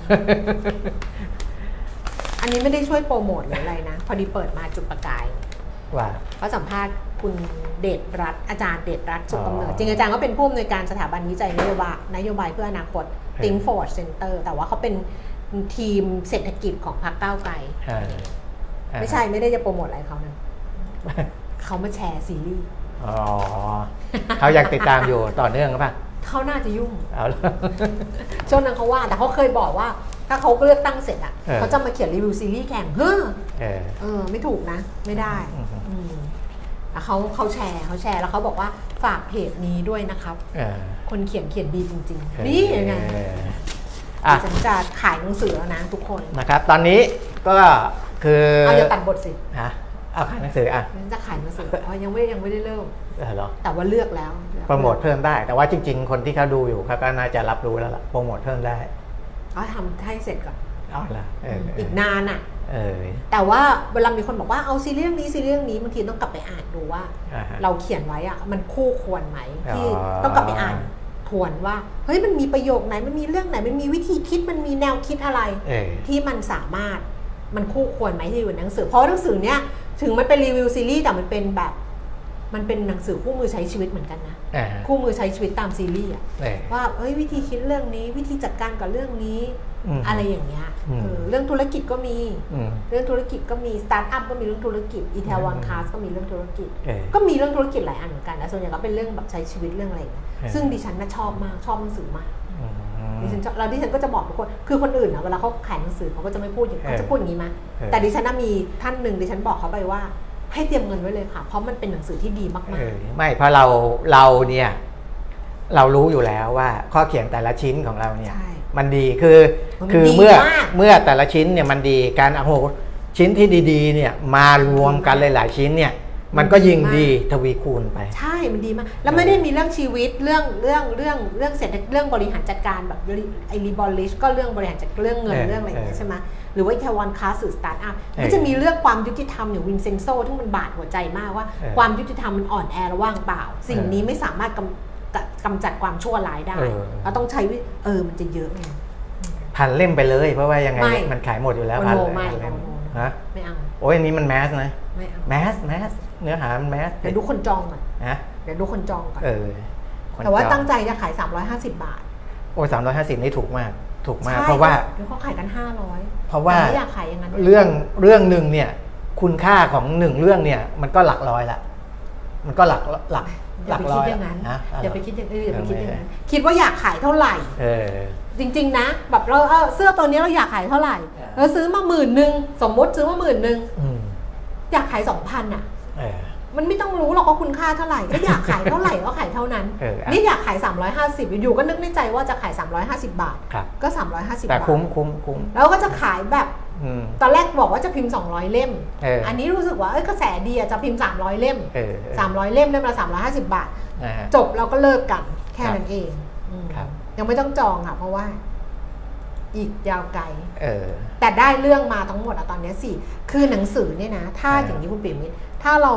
[SPEAKER 2] อันนี้ไม่ได้ช่วยโปรโมทหรืออะไรนะพอดีเปิดมาจุดประกาย
[SPEAKER 3] ว่า
[SPEAKER 2] เขาสัมภาษณ์คุณเดชรัตน์อาจารย์เดชรัตน์สุขกำเนิดจริงอาจารย์ก็เป็นผู้อำนวยการสถาบันวิจัยนโยบายนโยบายเพื่ออนาคต Think Forward Center แต่ว่าเขาเป็นทีมเศรษฐกิจของพรรคก้าวไกลไม่ใช่ไม่ได้จะโปรโมทอะไรเขานะเขามาแชร์ซีรีส์
[SPEAKER 3] อ๋อเขาอยากติดตามอยู่ต่อเนื่องหรือเปล่า
[SPEAKER 2] เขาน่าจะยุ่งเอาช่วงนั้นเขาว่าแต่เขาเคยบอกว่าถ้าเขาเลือกตั้งเสร็จอ่ะเขาจะมาเขียนรีวิวซีรีส์แข่งเฮ้อเออไม่ถูกนะไม่ได้เขาเขาแชร์เขาแชร์แล้วเขาบอกว่าฝากเพจนี้ด้วยนะครับคนเขียนเขียนดีจริงๆนี่ยังไงฉันจะขายหนังสือแล้วนะทุกคน
[SPEAKER 3] นะครับตอนนี้ก็คือ
[SPEAKER 2] เอาอย่าตัดบทสิ
[SPEAKER 3] ฮะเอาขายหนังสืออ่ะ
[SPEAKER 2] จะขายหนังสืออ๋อยังไม่ยังไม่ได้เริ่มแต่ว่าเลือกแล้ว
[SPEAKER 3] โปรโมทเพิ่มได้แต่ว่าจริงๆคนที่เขาดูอยู่เขาก็น่าจะรับรู้แล้วล่ะโปรโมทเพิ่มได้
[SPEAKER 2] เอาทำให้เสร็จก่อน
[SPEAKER 3] เอาละ
[SPEAKER 2] อีกนานอ่ะแต่ว่าเวลามีคนบอกว่าเอาซีรีส์นี้ซีรีส์นี้บางทีต้องกลับไปอ่านดูว่าเราเขียนไว้อ่ะมันคู่ควรไหมที่ต้องกลับไปอ่านทวนว่าเฮ้ยมันมีประโยคไหนมันมีเรื่องไหนมันมีวิธีคิดมันมีแนวคิดอะไรที่มันสามารถมันคู่ควรไหมที่อยู่ในหนังสือเพราะหนังสือเนี้ยถึงมันเป็นรีวิวซีรีส์แต่มันเป็นแบบมันเป็นหนังสือคู่มือใช้ชีวิตเหมือนกันนะคู่มือใช้ชีวิตตามซีรีส์อ่ะว่าเอ้ยวิธีคิดเรื่องนี้วิธีจัดการกับเรื่องนี้อะไรอย่างเงี้ยเรื่องธุรกิจก็มีเรื่องธุรกิจก็มีสตาร์ทอัพก็มีเรื่องธุรกิจอีเทลวันคาสก็มีเรื่องธุรกิจก็มีเรื่องธุรกิจหลายอันเหมือนกันแต่ส่วนใหญ่ก็เป็นเรื่องแบบใช้ชีวิตเรื่องอะไรซึ่งดิฉันน่ะชอบมากชอบหนังสือมากดิฉันเราดิฉันก็จะบอกทุกคนคือคนอื่นนะเวลาเขาขายหนังสือเขาก็จะไม่พูดอย่างเขาจะพูดอย่างนี้มาแต่ดิฉันน่ะมีท่านหนึ่งดิฉันบอกเขาไปว่าให้เตรียมเงินไว้เลยค่ะเพราะมันเป็นหนังสือที่ดีมาก
[SPEAKER 3] ๆไม่เพราะเราเราเนี่ยเรารู้อยู่แล้วว่าข้อเขียนแต่ละชิ้นของเราเนี่ยมันดีคือคือเมื่อเมื่อแต่ละชิ้นเนี่ยมันดีการเอาชิ้นที่ดีๆเนี่ยมารวมกันหลายๆชิ้นเนี่ยมันก็ยิ่งดีทวีคูณไป
[SPEAKER 2] ใช่มันดีมากแล้วไม่ได้มีเรื่องชีวิตเรื่องเรื่องเรื่องเรื่องเศรษฐกิจเรื่องบริหารจัดการแบบไอรีบอลลิชก็เรื่องบริหารจัดเรื่องเงินเรื่องอะไรอย่างเงี้ยใช่ไหมหรือว่าแค่วันคลาสสื่อสตาร์ทอัพก็จะมีเรื่องความยุติธรรมอย่างวินเซนโซที่มันบาดหัวใจมากว่าความยุติธรรมมันอ่อนแอและว่างเปล่าสิ่งนี้ไม่สามารถกำกำจัดความชั่วร้ายได้เราต้องใช้เออมันจะเยอะไง
[SPEAKER 3] พันเล่มไปเลยเพราะว่ายังไงมันขายหมดอยู่แล้วพันเล่ม
[SPEAKER 2] ฮะไม่เอา
[SPEAKER 3] โอ้ยอันนี้มันแมสนะแมสแมสเนื้อหามันแมส
[SPEAKER 2] เดี๋ยวดูคนจองก่อนนะเดี๋ยวดูคนจองก่อน
[SPEAKER 3] เออ
[SPEAKER 2] แต่ว่าตั้งใจจะขายสามร้อยห้าสิบบาท
[SPEAKER 3] โอ้ยสามร้อยห้าสิบนี่ถูกมากถูกมากเพราะว่า
[SPEAKER 2] เดี๋ยวเขาขายกันห้าร้อย
[SPEAKER 3] เพราะว่า
[SPEAKER 2] ไม่อยากขายอย่างนั้น
[SPEAKER 3] เรื่องเรื่องหนึ่งเนี่ยคุณค่าของหนึ่งเรื่องเนี่ยมันก็หลักร้อยละมันก็หลักหลัก
[SPEAKER 2] หลักร้อยอย่าไปคิดอย่างนั้นอย่าไปคิดอย่างนั้นคิดว่าอยากขายเท่าไหร่จริงๆนะแบบเราเสื้อตัวนี้เราอยากขายเท่าไหร่เราซื้อมาหมื่นหนึ่งสมมติซื้อมาหมื่นหนึ่งอยากขายสองพันอ่ะมันไม่ต้องรู้หรอกว่าคุณค่าเท่าไหร่ก็อยากขายเท่าไหร่ก็ขายเท่านั้นนี่อยากขายสามร้อยห้าสิบอยู่ก็นึกในใจว่าจะขายสามร้อยห้าสิบบาทก็สามร้อยห้าสิบบาท
[SPEAKER 3] แต่คุ้มคุ้มคุ้ม
[SPEAKER 2] แล้วก็จะขายแบบตอนแรกบอกว่าจะพิมพ์สองร้อยเล่มอันนี้รู้สึกว่าเอ้ยกระแสดีอ่ะจะพิมพ์สามร้อยเล่มสามร้อยเล่มเล่มละสามร้อยห้าสิบบาทจบเราก็เลิกกันแค่นั้นเองยังไม่ต้องจองค่ะเพราะว่าอีกยาวไกลแต่ได้เรื่องมาทั้งหมดอะตอนนี้สิคือหนังสือเนี่ยนะถ้าอย่างนี้คุณปิ่มมิตรถ้าเรา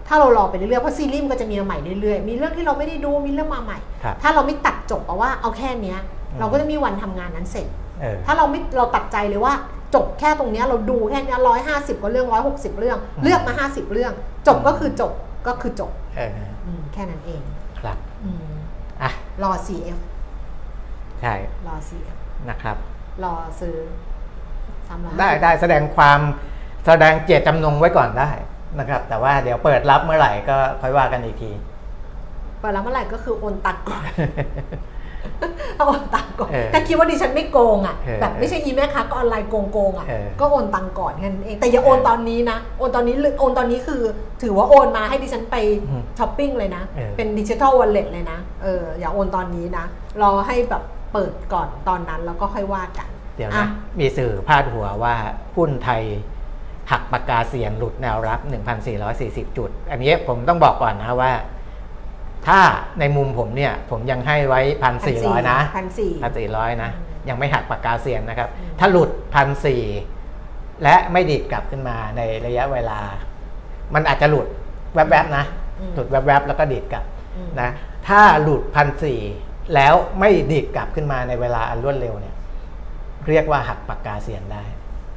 [SPEAKER 2] ถ้าเรารอไปเรื่อยๆเพราะซีรีส์ก็จะมีมาใหม่เรื่อยๆมีเรื่องที่เราไม่ได้ดูมีเรื่องมาใหม่ถ้าเราไม่ตัดจบเอาว่าเอาแค่เนี้ยเราก็จะมีวันทำงานนั้นเสร็จถ้าเราไม่เราตัดใจเลยว่าจบแค่ตรงนี้เราดูแค่นี้ร้อยห้าสิบก็เรื่องร้อยหกสิบเรื่องเลือกมาห้าสิบเรื่องจบก็คือจบก็คือจบแค่นั้นเอง
[SPEAKER 3] ครับ
[SPEAKER 2] อ่ะรอ ซี เอฟ
[SPEAKER 3] ใช่
[SPEAKER 2] รอ ซี เอฟ
[SPEAKER 3] นะครับ
[SPEAKER 2] รอซื้อ
[SPEAKER 3] ได้ได้แสดงความแสดงเจตจำนงไว้ก่อนได้นะครับแต่ว่าเดี๋ยวเปิดรับเมื่อไหร่ก็ค่อยว่ากันอีกที
[SPEAKER 2] เปิดรับเมื่อไหร่ก็คือโอนตังก่อนโอนตังก่อนถ้าคิดว่าดิฉันไม่โกงอ่ะแบบไม่ใช่อีแม่ค้าก็ออนไลน์โกงโกงอ่ะก็โอนตังก่อนแค่นั้นเองแต่อย่าโอนตอนนี้นะโอนตอนนี้โอนตอนนี้คือถือว่าโอนมาให้ดิฉันไปช้อปปิ้งเลยนะเป็นดิจิทัลวอลเล็ตเลยนะเอออย่าโอนตอนนี้นะรอให้แบบเปิดก่อนตอนนั้นแล้วก็ค่อยว่ากัน
[SPEAKER 3] เดี๋ยวนะมีสื่อพาดหัวว่าหุ้นไทยหักปากกาเสี่ยงหลุดแนวรับ หนึ่งพันสี่ร้อยสี่สิบ จุดอันนี้ผมต้องบอกก่อนนะว่าถ้าในมุมผมเนี่ยผมยังให้ไว้ หนึ่งพันสี่ร้อย นะ
[SPEAKER 2] หนึ่งพันสี่
[SPEAKER 3] ร้อย นะยังไม่หักปากกาเสี่ยงนะครับถ้าหลุด หนึ่งพันสี่ร้อย และไม่ดีดกลับขึ้นมาในระยะเวลามันอาจจะหลุดแวบๆนะหลุดแวบๆแล้วก็ดีดกลับนะถ้าหลุด หนึ่งพันสี่ร้อย แล้วไม่ดีดกลับขึ้นมาในเวลาอันรวดเร็วเนี่ยเรียกว่าหักปากกาเสี่ยงได้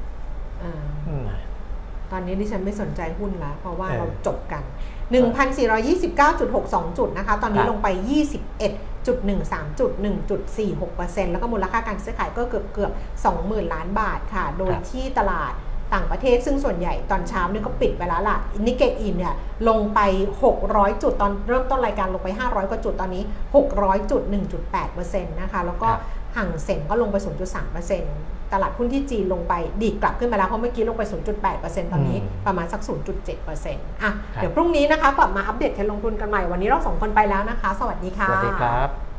[SPEAKER 2] ตอนนี้ดิฉันไม่สนใจหุ้นแล้วเพราะว่าเราจบกัน หนึ่งพันสี่ร้อยยี่สิบเก้าจุดหกสอง จุดนะคะตอนนี้ลงไป ยี่สิบเอ็ดจุดหนึ่งสาม จุด หนึ่งจุดสี่หกเปอร์เซ็นต์ แล้วก็มูลค่าการซื้อขายก็เกือบเกือบ สองหมื่น ล้านบาทค่ะโดยที่ตลาดต่างประเทศซึ่งส่วนใหญ่ตอนเช้าเนี่ยก็ปิดไปแล้วล่ะนิกเกอิเนี่ยลงไปหกร้อยจุดตอนเริ่มต้นรายการลงไปห้าร้อยกว่าจุดตอนนี้หกร้อยจุด หนึ่งจุดแปดเปอร์เซ็นต์ นะคะแล้วก็ห่างเส็งก็ลงไป ศูนย์จุดสามเปอร์เซ็นต์ ตลาดหุ้นที่จีนลงไปดีดกลับขึ้นมาแล้วเพราะเมื่อกี้ลงไป ศูนย์จุดแปดเปอร์เซ็นต์ ตอนนี้ประมาณสัก ศูนย์จุดเจ็ดเปอร์เซ็นต์ อ่ะเดี๋ยวพรุ่งนี้นะคะกลับมาอัปเดตการลงทุนกันใหม่วันนี้เราสองคนไปแล้วนะคะสวัสดีค่ะ
[SPEAKER 3] สวัสดีครับ